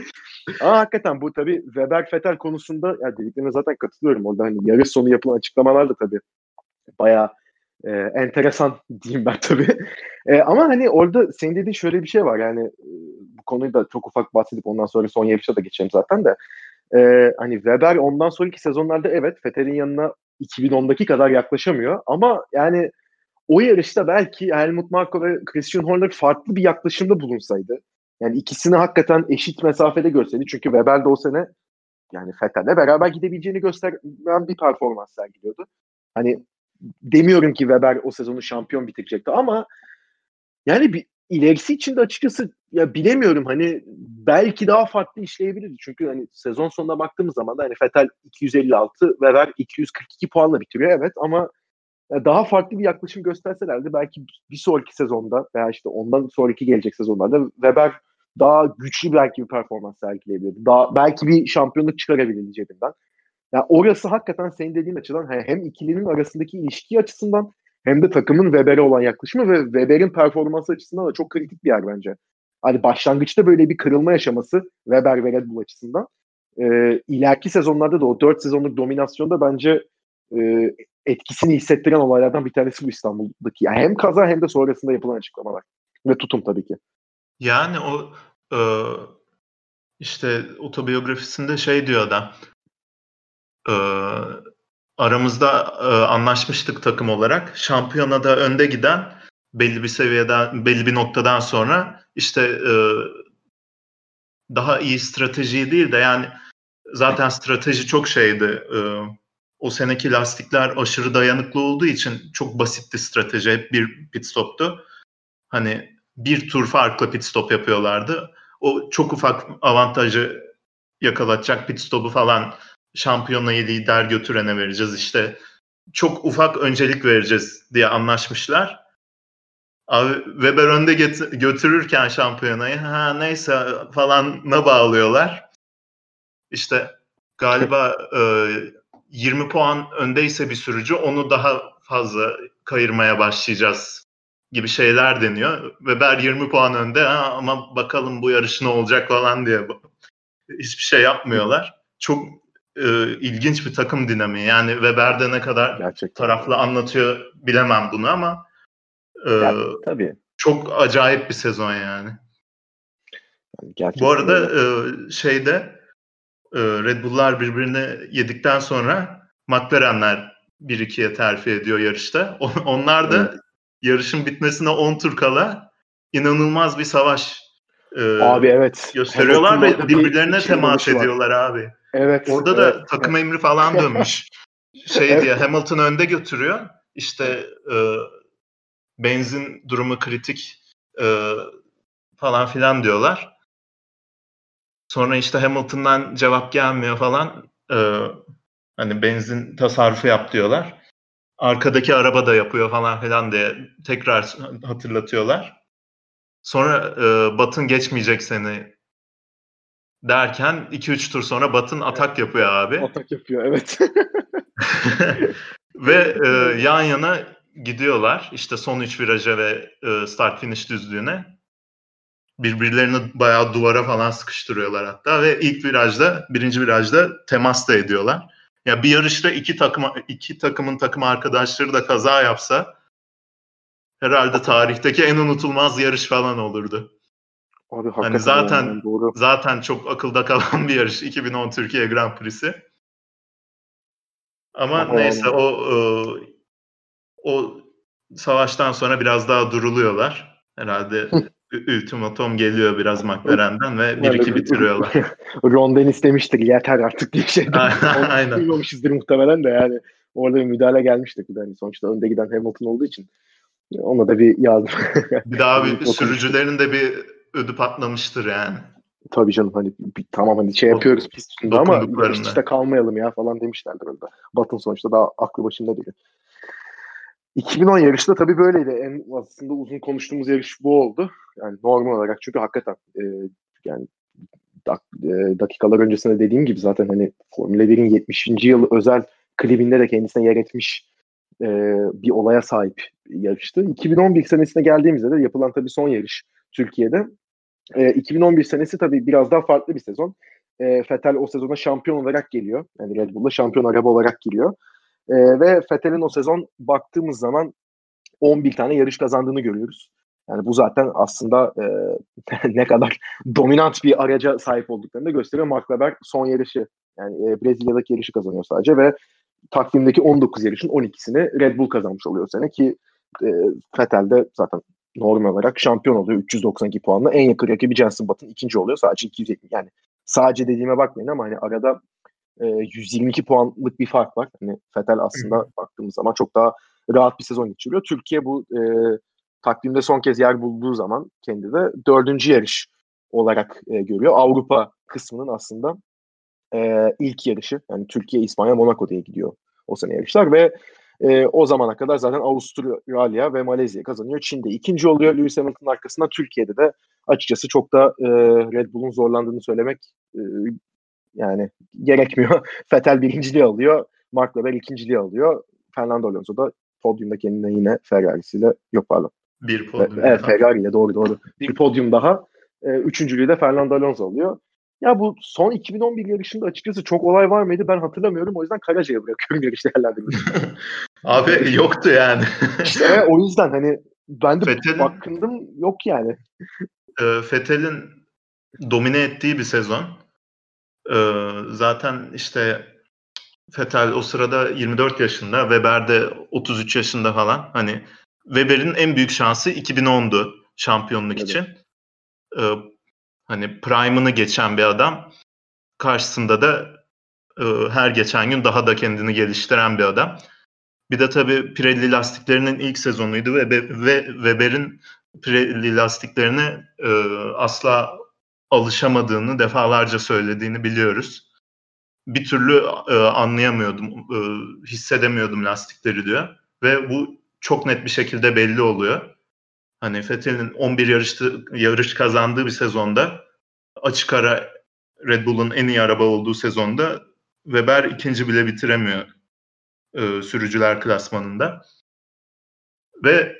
[SPEAKER 2] Ama hakikaten bu tabii Weber-Vettel konusunda ya dediklerine zaten katılıyorum. Orada hani yarış sonu yapılan açıklamalar da tabii bayağı enteresan diyeyim ben tabii. Ama hani orada senin dediğin şöyle bir şey var yani bu konuyu da çok ufak bahsedip ondan sonra son yarışa da geçelim zaten de. Hani Weber ondan sonraki sezonlarda evet Vettel'in yanına 2010'daki kadar yaklaşamıyor ama yani o yarışta belki Helmut Marko ve Christian Horner farklı bir yaklaşımda bulunsaydı, yani ikisini hakikaten eşit mesafede görseydi, çünkü Weber de o sene yani Vettel'le beraber gidebileceğini gösteren bir performans sergiliyordu. Hani demiyorum ki Weber o sezonu şampiyon bitirecekti ama yani bir ilerisi için de açıkçası ya bilemiyorum, hani belki daha farklı işleyebilirdi. Çünkü hani sezon sonuna baktığımız zaman da hani Vettel 256, Weber 242 puanla bitiriyor evet, ama daha farklı bir yaklaşım gösterselerdi belki bir sonraki sezonda veya işte ondan sonraki gelecek sezonlarda Weber daha güçlü belki bir performans sergileyebilirdi. Daha belki bir şampiyonluk çıkarabilirdi cebinden. Yani orası hakikaten senin dediğin açıdan hem ikilinin arasındaki ilişki açısından hem de takımın Weber'e olan yaklaşımı ve Weber'in performansı açısından da çok kritik bir yer bence. Hani başlangıçta böyle bir kırılma yaşaması Weber ve Red Bull açısından ileriki sezonlarda da o 4 sezonluk dominasyonda bence etkisini hissettiren olaylardan bir tanesi bu İstanbul'daki. Yani hem kaza hem de sonrasında yapılan açıklamalar. Ve tutum tabii ki.
[SPEAKER 4] Yani o işte otobiyografisinde şey diyor adam. Aramızda anlaşmıştık takım olarak. Şampiyonada önde giden belli bir seviyeden, belli bir noktadan sonra işte daha iyi strateji değil de yani zaten strateji çok şeydi. O seneki lastikler aşırı dayanıklı olduğu için çok basitti strateji. Hep bir pit stoptu. Hani bir tur farklı pit stop yapıyorlardı. O çok ufak avantajı yakalatacak pit stopu falan şampiyonayı lider götürene vereceğiz. İşte çok ufak öncelik vereceğiz diye anlaşmışlar. Abi Weber önde götürürken şampiyonayı neyse falanla bağlıyorlar. İşte galiba 20 puan öndeyse bir sürücü onu daha fazla kayırmaya başlayacağız gibi şeyler deniyor. Weber 20 puan önde ama bakalım bu yarış ne olacak falan diye hiçbir şey yapmıyorlar. Çok ilginç bir takım dinamiği. Yani Weber'de ne kadar
[SPEAKER 2] gerçekten
[SPEAKER 4] taraflı anlatıyor bilemem bunu ama
[SPEAKER 2] tabii.
[SPEAKER 4] çok acayip bir sezon yani.
[SPEAKER 2] Gerçekten
[SPEAKER 4] Bu arada
[SPEAKER 2] öyle.
[SPEAKER 4] Red Bull'lar birbirini yedikten sonra McLaren'ler 1-2'ye terfi ediyor yarışta. Onlar da yarışın bitmesine 10 tur kala inanılmaz bir savaş
[SPEAKER 2] abi evet.
[SPEAKER 4] gösteriyorlar ve birbirlerine
[SPEAKER 2] şey
[SPEAKER 4] temas
[SPEAKER 2] dalışı var.
[SPEAKER 4] ediyorlar abi.
[SPEAKER 2] Evet.
[SPEAKER 4] Orada da takım emri falan dönmüş.
[SPEAKER 2] Evet.
[SPEAKER 4] Diye Hamilton önde götürüyor. İşte benzin durumu kritik falan filan diyorlar. Sonra işte Hamilton'dan cevap gelmiyor falan. Hani benzin tasarrufu yap diyorlar. Arkadaki araba da yapıyor falan filan diye tekrar hatırlatıyorlar. Sonra Button geçmeyecek seni derken 2-3 tur sonra Button atak yapıyor abi.
[SPEAKER 2] Atak yapıyor, evet.
[SPEAKER 4] Ve yan yana gidiyorlar. İşte son 3 viraja ve start finish düzlüğüne. Birbirlerini bayağı duvara falan sıkıştırıyorlar hatta ve birinci virajda temas da ediyorlar. Ya bir yarışta iki takımın takım arkadaşları da kaza yapsa herhalde tarihteki en unutulmaz yarış falan olurdu.
[SPEAKER 2] Abi
[SPEAKER 4] Hani zaten çok akılda kalan bir yarış 2010 Türkiye Grand Prix'si. Ama neyse o savaştan sonra biraz daha duruluyorlar. Herhalde ultimatum geliyor biraz McLaren'den ve 1-2 bitiriyorlar.
[SPEAKER 2] Ron Dennis demiştir yeter artık diye şey.
[SPEAKER 4] Aynen.
[SPEAKER 2] Duymamışızdır muhtemelen de yani. Orada bir müdahale gelmiştir. Bir de hani sonuçta önde giden Hamilton olduğu için. Ona da bir yardım.
[SPEAKER 4] Bir daha sürücülerin de bir ödü patlamıştır yani.
[SPEAKER 2] Tabii canım hani tamam hani şey yapıyoruz pist üstünde ama işte kalmayalım ya falan demişlerdir orada. Button sonuçta daha aklı başında biri. 2010 yarışta tabii böyleydi. En aslında uzun konuştuğumuz yarış bu oldu. Yani normal olarak çünkü hakikaten yani dakikalar öncesinde dediğim gibi zaten hani Formula 1'in 70. yıl özel klibinde de kendisine yer etmiş bir olaya sahip yarıştı. 2011 senesine geldiğimizde de yapılan tabii son yarış Türkiye'de. 2011 senesi tabii biraz daha farklı bir sezon. Vettel o sezona şampiyon olarak geliyor. Yani Red Bull'la şampiyon araba olarak giriyor. Ve Vettel'in o sezon baktığımız zaman 11 tane yarış kazandığını görüyoruz. Yani bu zaten aslında ne kadar dominant bir araca sahip olduklarını da gösteriyor. Mark Webber son yarışı yani Brezilya'daki yarışı kazanıyor sadece ve takvimdeki 19 yarışın 12'sini Red Bull kazanmış oluyor sene ki Vettel de zaten normal olarak şampiyon oluyor 392 puanla. En yakın rakibi Jenson Button ikinci oluyor. Sadece 270 yani sadece dediğime bakmayın ama hani arada 122 puanlık bir fark var. Hani Vettel aslında baktığımız zaman çok daha rahat bir sezon geçiriyor. Türkiye bu takvimde son kez yer bulduğu zaman kendi de 4. yarış olarak görüyor. Avrupa kısmının aslında ilk yarışı. Yani Türkiye, İspanya, Monaco diye gidiyor o sene yarışlar ve o zamana kadar zaten Avustralya ve Malezya kazanıyor. Çin'de ikinci oluyor. Lewis Hamilton'ın arkasından Türkiye'de de açıkçası çok da Red Bull'un zorlandığını söylemek yani gerekmiyor. Vettel birinciliği alıyor. Mark Webber ikinciliği alıyor. Fernando Alonso da podyumda kendine yine Ferrari'siyle yok pardon.
[SPEAKER 4] Bir podyum.
[SPEAKER 2] Evet Ferrari ile doğru. Bir podyum daha. Üçüncülüğü de Fernando Alonso alıyor. Ya bu son 2011 yarışında açıkçası çok olay var mıydı ben hatırlamıyorum. O yüzden Karaca'ya bırakıyorum yarış değerlendirmeyi.
[SPEAKER 4] Abi yoktu yani.
[SPEAKER 2] İşte o yüzden hani ben de bakındım yok yani.
[SPEAKER 4] Vettel'in domine ettiği bir sezon. Zaten işte Vettel o sırada 24 yaşında, Webber de 33 yaşında falan. Hani Webber'in en büyük şansı 2010'du şampiyonluk için. Hani prime'ını geçen bir adam. Karşısında da her geçen gün daha da kendini geliştiren bir adam. Bir de tabii Pirelli lastiklerinin ilk sezonuydu ve Webber'in Pirelli lastiklerine asla alışamadığını defalarca söylediğini biliyoruz. Bir türlü anlayamıyordum, hissedemiyordum lastikleri diyor. Ve bu çok net bir şekilde belli oluyor. Hani Vettel'in 11 yarış kazandığı bir sezonda açık ara Red Bull'un en iyi araba olduğu sezonda Webber ikinci bile bitiremiyor sürücüler klasmanında. Ve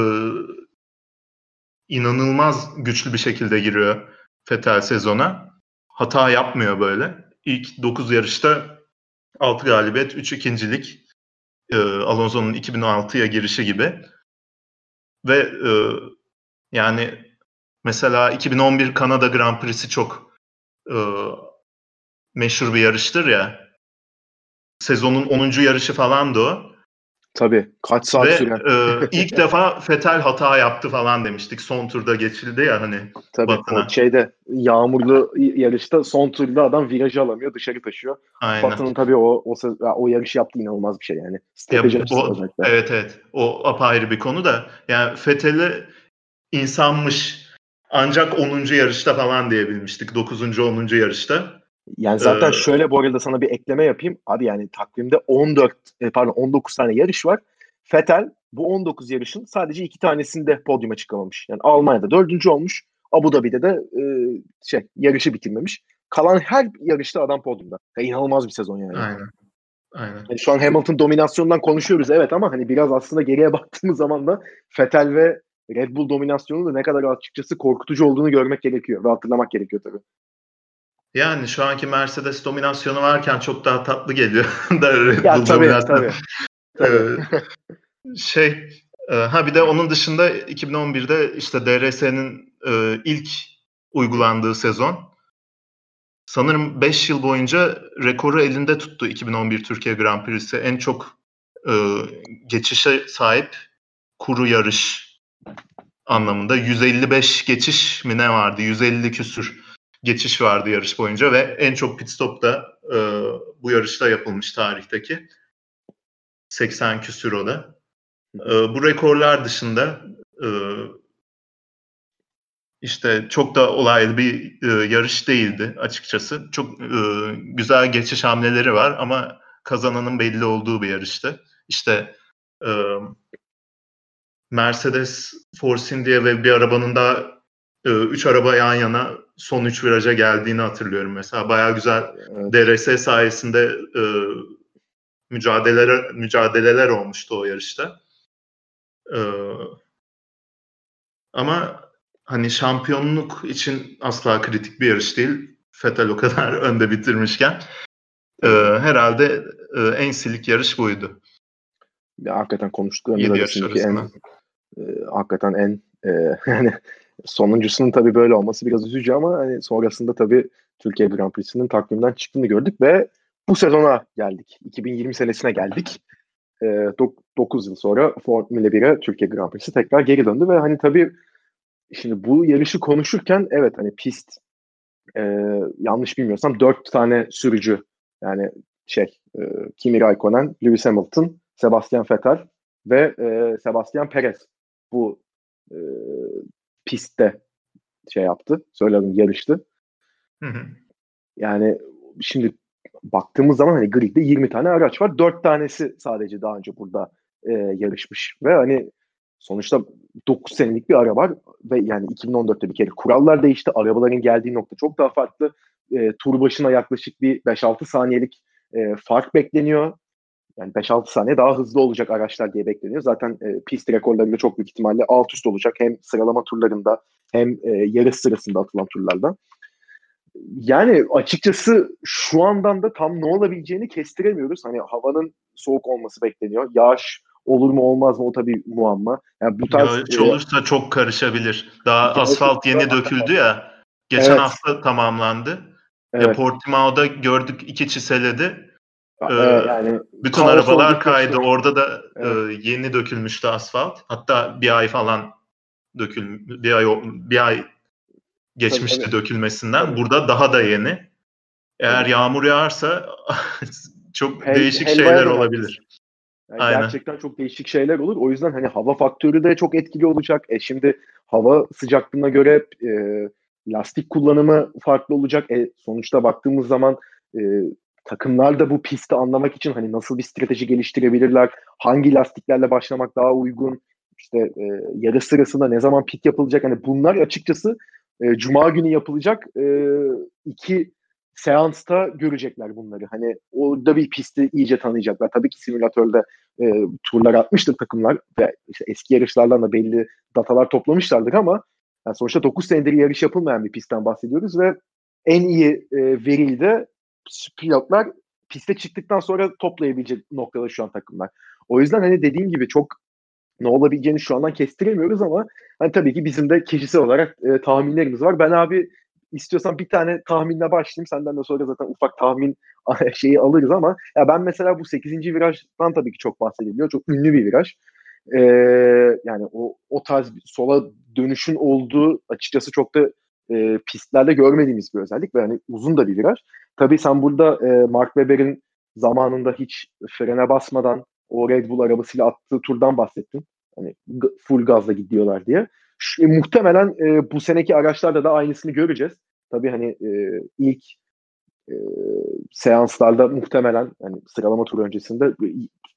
[SPEAKER 4] inanılmaz güçlü bir şekilde giriyor Vettel sezona. Hata yapmıyor böyle. İlk 9 yarışta 6 galibiyet, 3 ikincilik. Alonso'nun 2006'ya girişi gibi. Ve yani mesela 2011 Kanada Grand Prix'si çok meşhur bir yarıştır ya. Sezonun 10. yarışı falandı o.
[SPEAKER 2] Tabii. Kaç saat süren.
[SPEAKER 4] Ve ilk defa Vettel hata yaptı falan demiştik. Son turda geçildi ya hani.
[SPEAKER 2] Tabii yağmurlu yarışta son turda adam virajı alamıyor. Dışarı taşıyor. Button'ın tabii o yarış yaptığı inanılmaz bir şey yani. Strateji açısından özellikle.
[SPEAKER 4] Evet. O apayrı bir konu da. Yani Vettel'i insanmış ancak 10. yarışta falan diyebilmiştik. 9. 10. yarışta.
[SPEAKER 2] Yani zaten şöyle bu arada sana bir ekleme yapayım. Abi yani takvimde 19 tane yarış var. Vettel bu 19 yarışın sadece 2 tanesinde podyuma çıkamamış. Yani Almanya'da 4. olmuş. Abu Dhabi'de de yarışı bitirmemiş. kalan her yarışta adam podyumda. İnanılmaz bir sezon yani.
[SPEAKER 4] Aynen.
[SPEAKER 2] Yani şu an Hamilton dominasyonundan konuşuyoruz evet ama hani biraz aslında geriye baktığımız zaman da Vettel ve Red Bull dominasyonu da ne kadar açıkçası korkutucu olduğunu görmek gerekiyor ve hatırlamak gerekiyor tabii.
[SPEAKER 4] Yani şu anki Mercedes dominasyonu varken çok daha tatlı geliyor da Red
[SPEAKER 2] Ya
[SPEAKER 4] Bull
[SPEAKER 2] tabii,
[SPEAKER 4] dominasyonu.
[SPEAKER 2] tabii.
[SPEAKER 4] Bir de onun dışında 2011'de işte DRS'nin ilk uygulandığı sezon. Sanırım 5 yıl boyunca rekoru elinde tuttu 2011 Türkiye Grand Prix'si. En çok geçişe sahip kuru yarış anlamında. 155 geçiş mi ne vardı? 150 küsür geçiş vardı yarış boyunca ve en çok pit stop da bu yarışta yapılmış tarihteki. 80 küsür o da. Bu rekorlar dışında işte çok da olaylı bir yarış değildi açıkçası. Çok güzel geçiş hamleleri var ama kazananın belli olduğu bir yarıştı. İşte Mercedes Force India ve bir arabanın daha 3 araba yan yana son 3 viraja geldiğini hatırlıyorum mesela. Bayağı güzel DRS sayesinde mücadeleler olmuştu o yarışta. Ama hani şampiyonluk için asla kritik bir yarış değil. Vettel o kadar önde bitirmişken herhalde en silik yarış buydu.
[SPEAKER 2] Ya, hakikaten konuştuklarımız
[SPEAKER 4] 7 yarış
[SPEAKER 2] arasındaki
[SPEAKER 4] arasında.
[SPEAKER 2] hakikaten en yani sonuncusunun tabii böyle olması biraz üzücü ama hani sonrasında tabii Türkiye Grand Prix'sinin takvimden çıktığını gördük ve bu sezona geldik. 2020 senesine geldik. 9 yıl sonra Formula 1'e Türkiye Grand Prix'si tekrar geri döndü ve hani tabii şimdi bu yarışı konuşurken evet hani pist yanlış bilmiyorsam 4 tane sürücü yani Kimi Raikkonen, Lewis Hamilton, Sebastian Vettel ve Sebastian Perez bu pistte yarıştı.
[SPEAKER 4] Hı hı.
[SPEAKER 2] Yani şimdi baktığımız zaman hani gridde 20 tane araç var. 4 tanesi sadece daha önce burada yarışmış ve hani sonuçta 9 senelik bir ara var ve yani 2014'te bir kere kurallar değişti. Arabaların geldiği nokta çok daha farklı. Tur başına yaklaşık bir 5-6 saniyelik fark bekleniyor. Yani 5-6 saniye daha hızlı olacak araçlar diye bekleniyor. Zaten pist rekorlarında çok büyük ihtimalle alt üst olacak. Hem sıralama turlarında hem yarış sırasında atılan turlarda. Yani açıkçası şu andan da tam ne olabileceğini kestiremiyoruz. Hani havanın soğuk olması bekleniyor. Yağış olur mu olmaz mı o tabii muamma. Yani bu tarz
[SPEAKER 4] Yağış olursa çok karışabilir. Daha
[SPEAKER 2] yağış
[SPEAKER 4] asfalt yeni
[SPEAKER 2] olursa
[SPEAKER 4] döküldü ya. Geçen
[SPEAKER 2] evet,
[SPEAKER 4] hafta tamamlandı.
[SPEAKER 2] evet.
[SPEAKER 4] Portimao'da gördük 2 çiseledi.
[SPEAKER 2] Yani
[SPEAKER 4] Bütün
[SPEAKER 2] kaos
[SPEAKER 4] arabalar
[SPEAKER 2] oldu
[SPEAKER 4] kaydı.
[SPEAKER 2] keşke.
[SPEAKER 4] Orada da
[SPEAKER 2] Evet.
[SPEAKER 4] yeni dökülmüştü asfalt. Hatta bir ay falan bir ay geçmişti
[SPEAKER 2] Tabii.
[SPEAKER 4] dökülmesinden. Burada daha da yeni. Eğer
[SPEAKER 2] Tabii.
[SPEAKER 4] yağmur yağarsa çok değişik
[SPEAKER 2] Helvaya
[SPEAKER 4] şeyler
[SPEAKER 2] döner pist.
[SPEAKER 4] olabilir.
[SPEAKER 2] Yani
[SPEAKER 4] Aynen.
[SPEAKER 2] gerçekten çok değişik şeyler olur. O yüzden hani hava faktörü de çok etkili olacak. Şimdi hava sıcaklığına göre lastik kullanımı farklı olacak. Sonuçta baktığımız zaman takımlar da bu pisti anlamak için hani nasıl bir strateji geliştirebilirler, hangi lastiklerle başlamak daha uygun, işte yarış sırasında ne zaman pit yapılacak. Hani bunlar açıkçası Cuma günü yapılacak 2 seansta görecekler bunları. Hani orada bir pisti iyice tanıyacaklar. Tabii ki simülatörde turlar atmıştır takımlar ve işte eski yarışlardan da belli datalar toplamışlardır ama yani sonuçta 9 senedir yarış yapılmayan bir pistten bahsediyoruz ve en iyi veriyi de pilotlar piste çıktıktan sonra toplayabilecek noktada şu an takımlar. O yüzden hani dediğim gibi çok ne olabileceğini şu andan kestiremiyoruz ama hani tabii ki bizim de kişisel olarak tahminlerimiz var. Ben abi istiyorsan bir tane tahminle başlayayım. Senden de sonra zaten ufak tahmin şeyi alırız ama ya ben mesela bu 8. virajdan tabii ki çok bahsediliyor. Çok ünlü bir viraj. Yani o tarz sola dönüşün olduğu açıkçası çok da pistlerde görmediğimiz bir özellik ve yani uzun da bir viraj. Tabii sen burada Mark Webber'in zamanında hiç frene basmadan o Red Bull arabasıyla attığı turdan bahsettin. Hani full gazla gidiyorlar diye. Muhtemelen bu seneki araçlarda da aynısını göreceğiz. Tabii hani ilk seanslarda muhtemelen hani sıralama turu öncesinde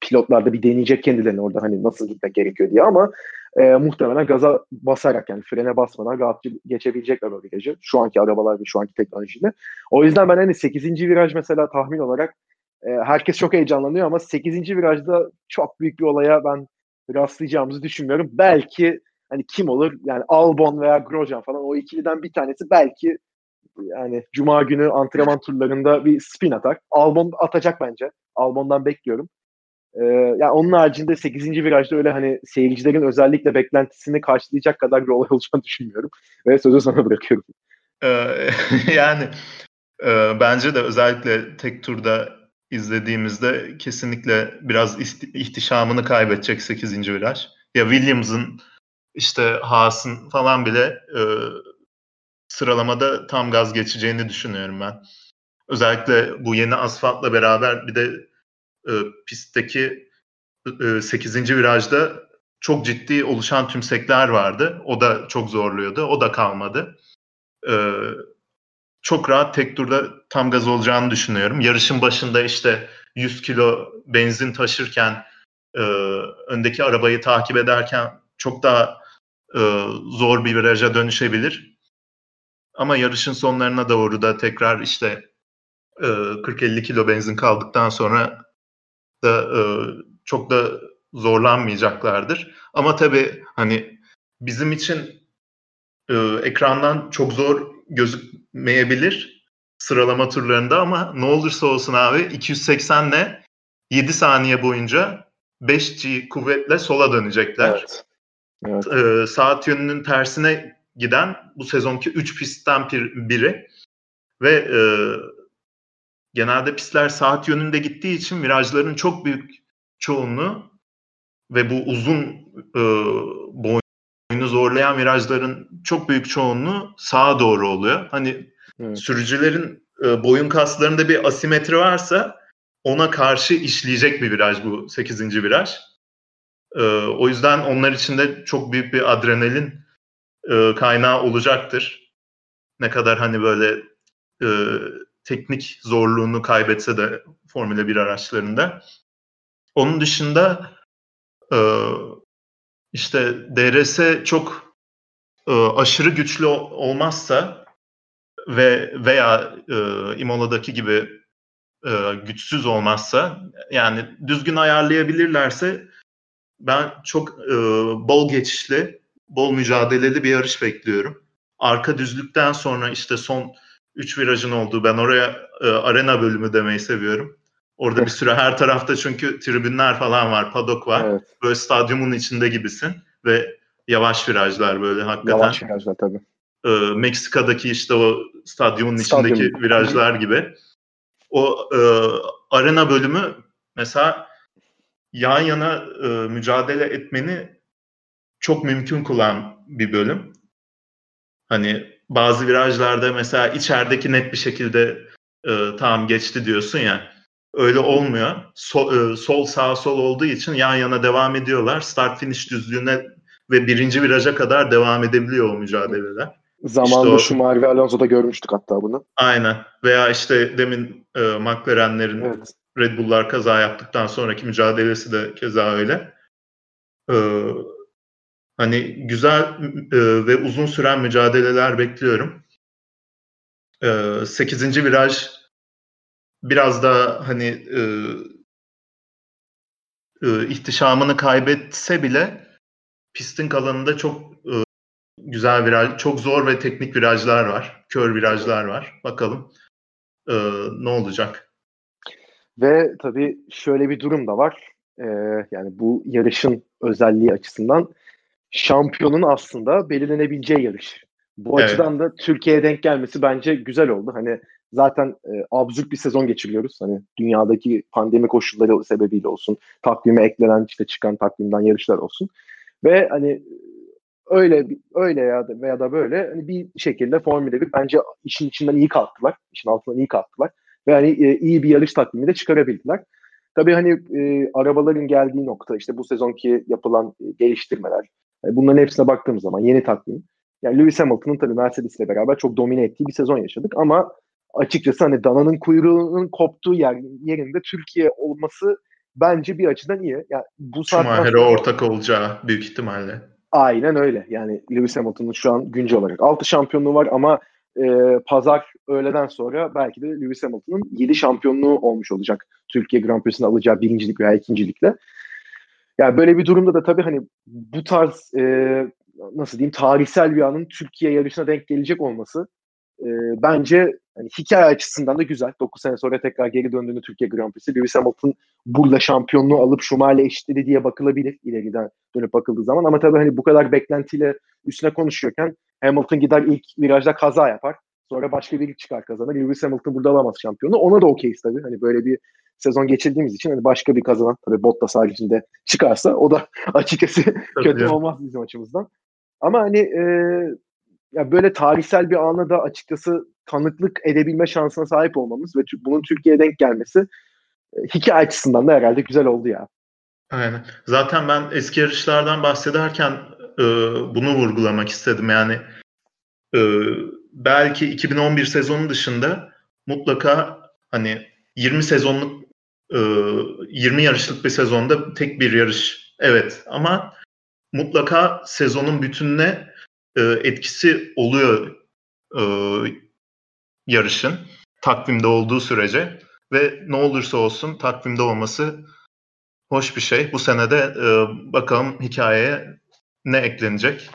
[SPEAKER 2] pilotlar da bir deneyecek kendilerini orada hani nasıl gitmek gerekiyor diye ama muhtemelen gaza basarak yani frene basmadan rahatça geçebilecekler o virajı. Şu anki arabalar ve şu anki teknolojiyle. O yüzden ben hani 8. viraj mesela tahmin olarak herkes çok heyecanlanıyor ama 8. virajda çok büyük bir olaya ben rastlayacağımızı düşünmüyorum. Belki hani kim olur? Yani Albon veya Grosjean falan o ikiliden bir tanesi belki yani Cuma günü antrenman turlarında bir spin atar. Albon atacak bence. Albon'dan bekliyorum. Yani onun haricinde 8. virajda öyle hani seyircilerin özellikle beklentisini karşılayacak kadar bir olay olacağını düşünmüyorum. Ve sözü sana bırakıyorum.
[SPEAKER 4] Yani bence de özellikle tek turda izlediğimizde kesinlikle biraz ihtişamını kaybedecek 8. viraj. Ya Williams'ın işte Haas'ın falan bile sıralamada tam gaz geçeceğini düşünüyorum ben. Özellikle bu yeni asfaltla beraber bir de pistteki 8. virajda çok ciddi oluşan tümsekler vardı. O da çok zorluyordu. O da kalmadı. Çok rahat tek turda tam gaz olacağını düşünüyorum. Yarışın başında işte 100 kilo benzin taşırken öndeki arabayı takip ederken çok daha zor bir viraja dönüşebilir. Ama yarışın sonlarına doğru da tekrar işte 40-50 kilo benzin kaldıktan sonra da çok da zorlanmayacaklardır. Ama tabii hani bizim için ekrandan çok zor gözükmeyebilir sıralama turlarında ama ne olursa olsun abi 280 ile 7 saniye boyunca 5G kuvvetle sola dönecekler.
[SPEAKER 2] Evet. Evet.
[SPEAKER 4] Saat yönünün tersine giden bu sezonki 3 pistten biri ve genelde pistler saat yönünde gittiği için virajların çok büyük çoğunluğu ve bu uzun boyunu zorlayan virajların çok büyük çoğunluğu sağa doğru oluyor. Hani sürücülerin boyun kaslarında bir asimetri varsa ona karşı işleyecek bir viraj bu 8. viraj. O yüzden onlar için de çok büyük bir adrenalin kaynağı olacaktır. Ne kadar hani böyle teknik zorluğunu kaybetse de Formula 1 araçlarında. Onun dışında işte DRS çok aşırı güçlü olmazsa veya Imola'daki gibi güçsüz olmazsa yani düzgün ayarlayabilirlerse ben çok bol geçişli, bol mücadeleli bir yarış bekliyorum. Arka düzlükten sonra işte son 3 virajın olduğu ben oraya arena bölümü demeyi seviyorum. Orada bir süre her tarafta çünkü tribünler falan var, padok var.
[SPEAKER 2] Evet.
[SPEAKER 4] Böyle stadyumun içinde gibisin ve yavaş virajlar böyle hakikaten.
[SPEAKER 2] Yavaş virajlar tabii.
[SPEAKER 4] Meksika'daki işte o stadyumun içindeki virajlar gibi. O arena bölümü mesela yan yana mücadele etmeni çok mümkün kılan bir bölüm. Hani bazı virajlarda mesela içerideki net bir şekilde tamam geçti diyorsun ya. Öyle olmuyor. Sol sağ sol olduğu için yan yana devam ediyorlar. Start finish düzlüğüne ve 1. viraja kadar devam edebiliyor o mücadeleler.
[SPEAKER 2] Zamanında işte Schumacher ve Alonso'da görmüştük hatta bunu.
[SPEAKER 4] Aynen. Veya işte demin McLaren'lerin Red Bull'lar kaza yaptıktan sonraki mücadelesi de keza öyle. Hani güzel ve uzun süren mücadeleler bekliyorum. 8. viraj biraz daha hani ihtişamını kaybetse bile pistin kalanında çok güzel viraj, çok zor ve teknik virajlar var. Kör virajlar var. Bakalım ne olacak?
[SPEAKER 2] Ve tabii şöyle bir durum da var. Yani bu yarışın özelliği açısından şampiyonun aslında belirlenebileceği yarış. Bu açıdan da Türkiye'ye denk gelmesi bence güzel oldu. Hani zaten absürt bir sezon geçiriyoruz. Hani dünyadaki pandemi koşulları sebebiyle olsun, takvime eklenen işte çıkan takvimden yarışlar olsun. Ve hani öyle ya da veya da böyle hani bir şekilde Formula 1 bence işin içinden iyi kalktılar. İşin altından iyi kalktılar. Ve hani iyi bir yarış takvimi de çıkarabildiler. Tabii hani arabaların geldiği nokta işte bu sezonki yapılan geliştirmeler. Bunların hepsine baktığımız zaman yeni takvim. Yani Lewis Hamilton'ın tabii Mercedes ile beraber çok domine ettiği bir sezon yaşadık ama açıkçası hani dananın kuyruğunun koptuğu yerinde Türkiye olması bence bir açıdan iyi. Yani bu saatten
[SPEAKER 4] Schumacher'e
[SPEAKER 2] sonra
[SPEAKER 4] ortak olacağı büyük ihtimalle.
[SPEAKER 2] aynen öyle. Yani Lewis Hamilton'ın şu an güncel olarak 6 şampiyonluğu var ama pazar öğleden sonra belki de Lewis Hamilton'ın 7 şampiyonluğu olmuş olacak. Türkiye Grand Prix'sinde alacağı birincilik veya ikincilikle. Yani böyle bir durumda da tabii hani bu tarz nasıl diyeyim tarihsel bir anın Türkiye yarışına denk gelecek olması bence hani hikaye açısından da güzel. 9 sene sonra tekrar geri döndüğünde Türkiye Grand Prix'si Lewis Hamilton burada şampiyonluğu alıp Schumacher'le eşitledi diye bakılabilir ileriden dönüp bakıldığı zaman. Ama tabii hani bu kadar beklentiyle üstüne konuşuyorken Hamilton gider ilk virajda kaza yapar. Sonra başka biri çıkar kazanır. Lewis Hamilton burada alamaz şampiyonluğu. Ona da okeyiz tabii. Hani böyle bir sezon geçirdiğimiz için hani başka bir kazanan tabii Bottas haricinde çıkarsa o da açıkçası kötü
[SPEAKER 4] Tabii.
[SPEAKER 2] olmaz bizim açımızdan. Ama hani ya böyle tarihsel bir ana da açıkçası tanıklık edebilme şansına sahip olmamız ve bunun Türkiye'ye denk gelmesi hikaye açısından da herhalde güzel oldu ya.
[SPEAKER 4] Aynen. Zaten ben eski yarışlardan bahsederken bunu vurgulamak istedim. Yani e, belki 2011 sezonu dışında mutlaka hani 20 sezonluk 20 yarışlık bir sezonda tek bir yarış. Evet ama mutlaka sezonun bütününe etkisi oluyor e, yarışın takvimde olduğu sürece ve ne olursa olsun takvimde olması hoş bir şey. Bu sene de bakalım hikayeye ne eklenecek.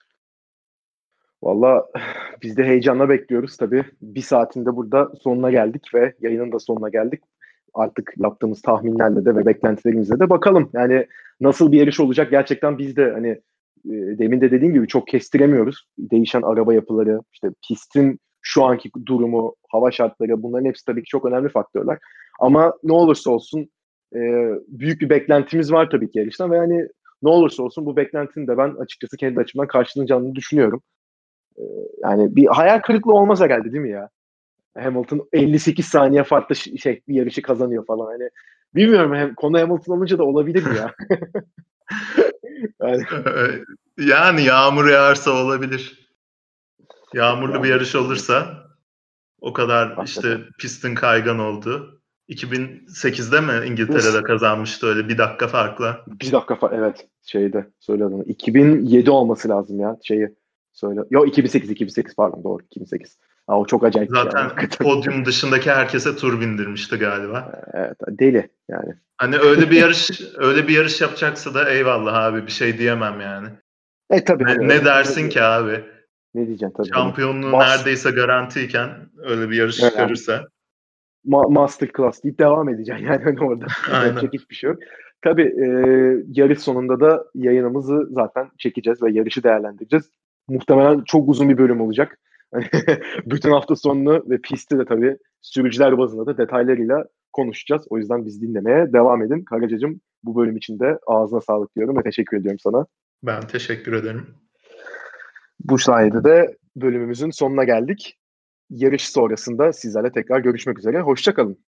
[SPEAKER 2] Valla biz de heyecanla bekliyoruz tabii. Bir saatinde burada sonuna geldik ve yayının da sonuna geldik. Artık yaptığımız tahminlerle de ve beklentilerimizle de bakalım. Yani nasıl bir yarış olacak gerçekten biz de hani demin de dediğim gibi çok kestiremiyoruz. Değişen araba yapıları, işte pistin şu anki durumu, hava şartları bunların hepsi tabii ki çok önemli faktörler. Ama ne olursa olsun büyük bir beklentimiz var tabii ki yarıştan ve yani ne olursa olsun bu beklentinin de ben açıkçası kendi açımdan karşılanacağını düşünüyorum. Yani bir hayal kırıklığı olmaz herhalde değil mi ya? Hamilton 58 saniye farklı bir yarışı kazanıyor falan. Hani bilmiyorum konu Hamilton olunca da olabilir mi ya? Yani,
[SPEAKER 4] Yani yağmur yağarsa olabilir. Yağmurlu bir
[SPEAKER 2] yani
[SPEAKER 4] yarış olursa o kadar işte
[SPEAKER 2] hakikaten.
[SPEAKER 4] pistin kaygan oldu. 2008'de mi İngiltere'de kazanmıştı öyle bir dakika farkla?
[SPEAKER 2] Bir dakika evet şeyde söyle adını. 2007 olması lazım ya şeyi söyle. Yok 2008 pardon doğru 2008. Ha, o çok acayip bir şey ama
[SPEAKER 4] Zaten
[SPEAKER 2] hakikaten.
[SPEAKER 4] podyum dışındaki herkese tur bindirmişti galiba.
[SPEAKER 2] Evet, deli yani.
[SPEAKER 4] Hani öyle bir yarış yapacaksa da eyvallah abi bir şey diyemem yani.
[SPEAKER 2] Tabii hani
[SPEAKER 4] Ne dersin ki abi?
[SPEAKER 2] ne diyeceksin tabii hani.
[SPEAKER 4] Şampiyonluğu neredeyse garantiyken öyle bir yarış
[SPEAKER 2] Yani,
[SPEAKER 4] çıkarırsa.
[SPEAKER 2] masterclass deyip devam edeceksin yani hani orada.
[SPEAKER 4] Aynen.
[SPEAKER 2] Yapacak hiçbir şey yok. Tabii yarış sonunda da yayınımızı zaten çekeceğiz ve yarışı değerlendireceğiz. Muhtemelen çok uzun bir bölüm olacak. Bütün hafta sonunu ve pisti de tabii sürücüler bazında da detaylarıyla konuşacağız. O yüzden biz dinlemeye devam edin. Karacacığım bu bölüm için de ağzına sağlık diyorum ve teşekkür ediyorum sana.
[SPEAKER 4] Ben teşekkür ederim.
[SPEAKER 2] Bu sayede de bölümümüzün sonuna geldik. Yarış sonrasında sizlerle tekrar görüşmek üzere. Hoşça kalın.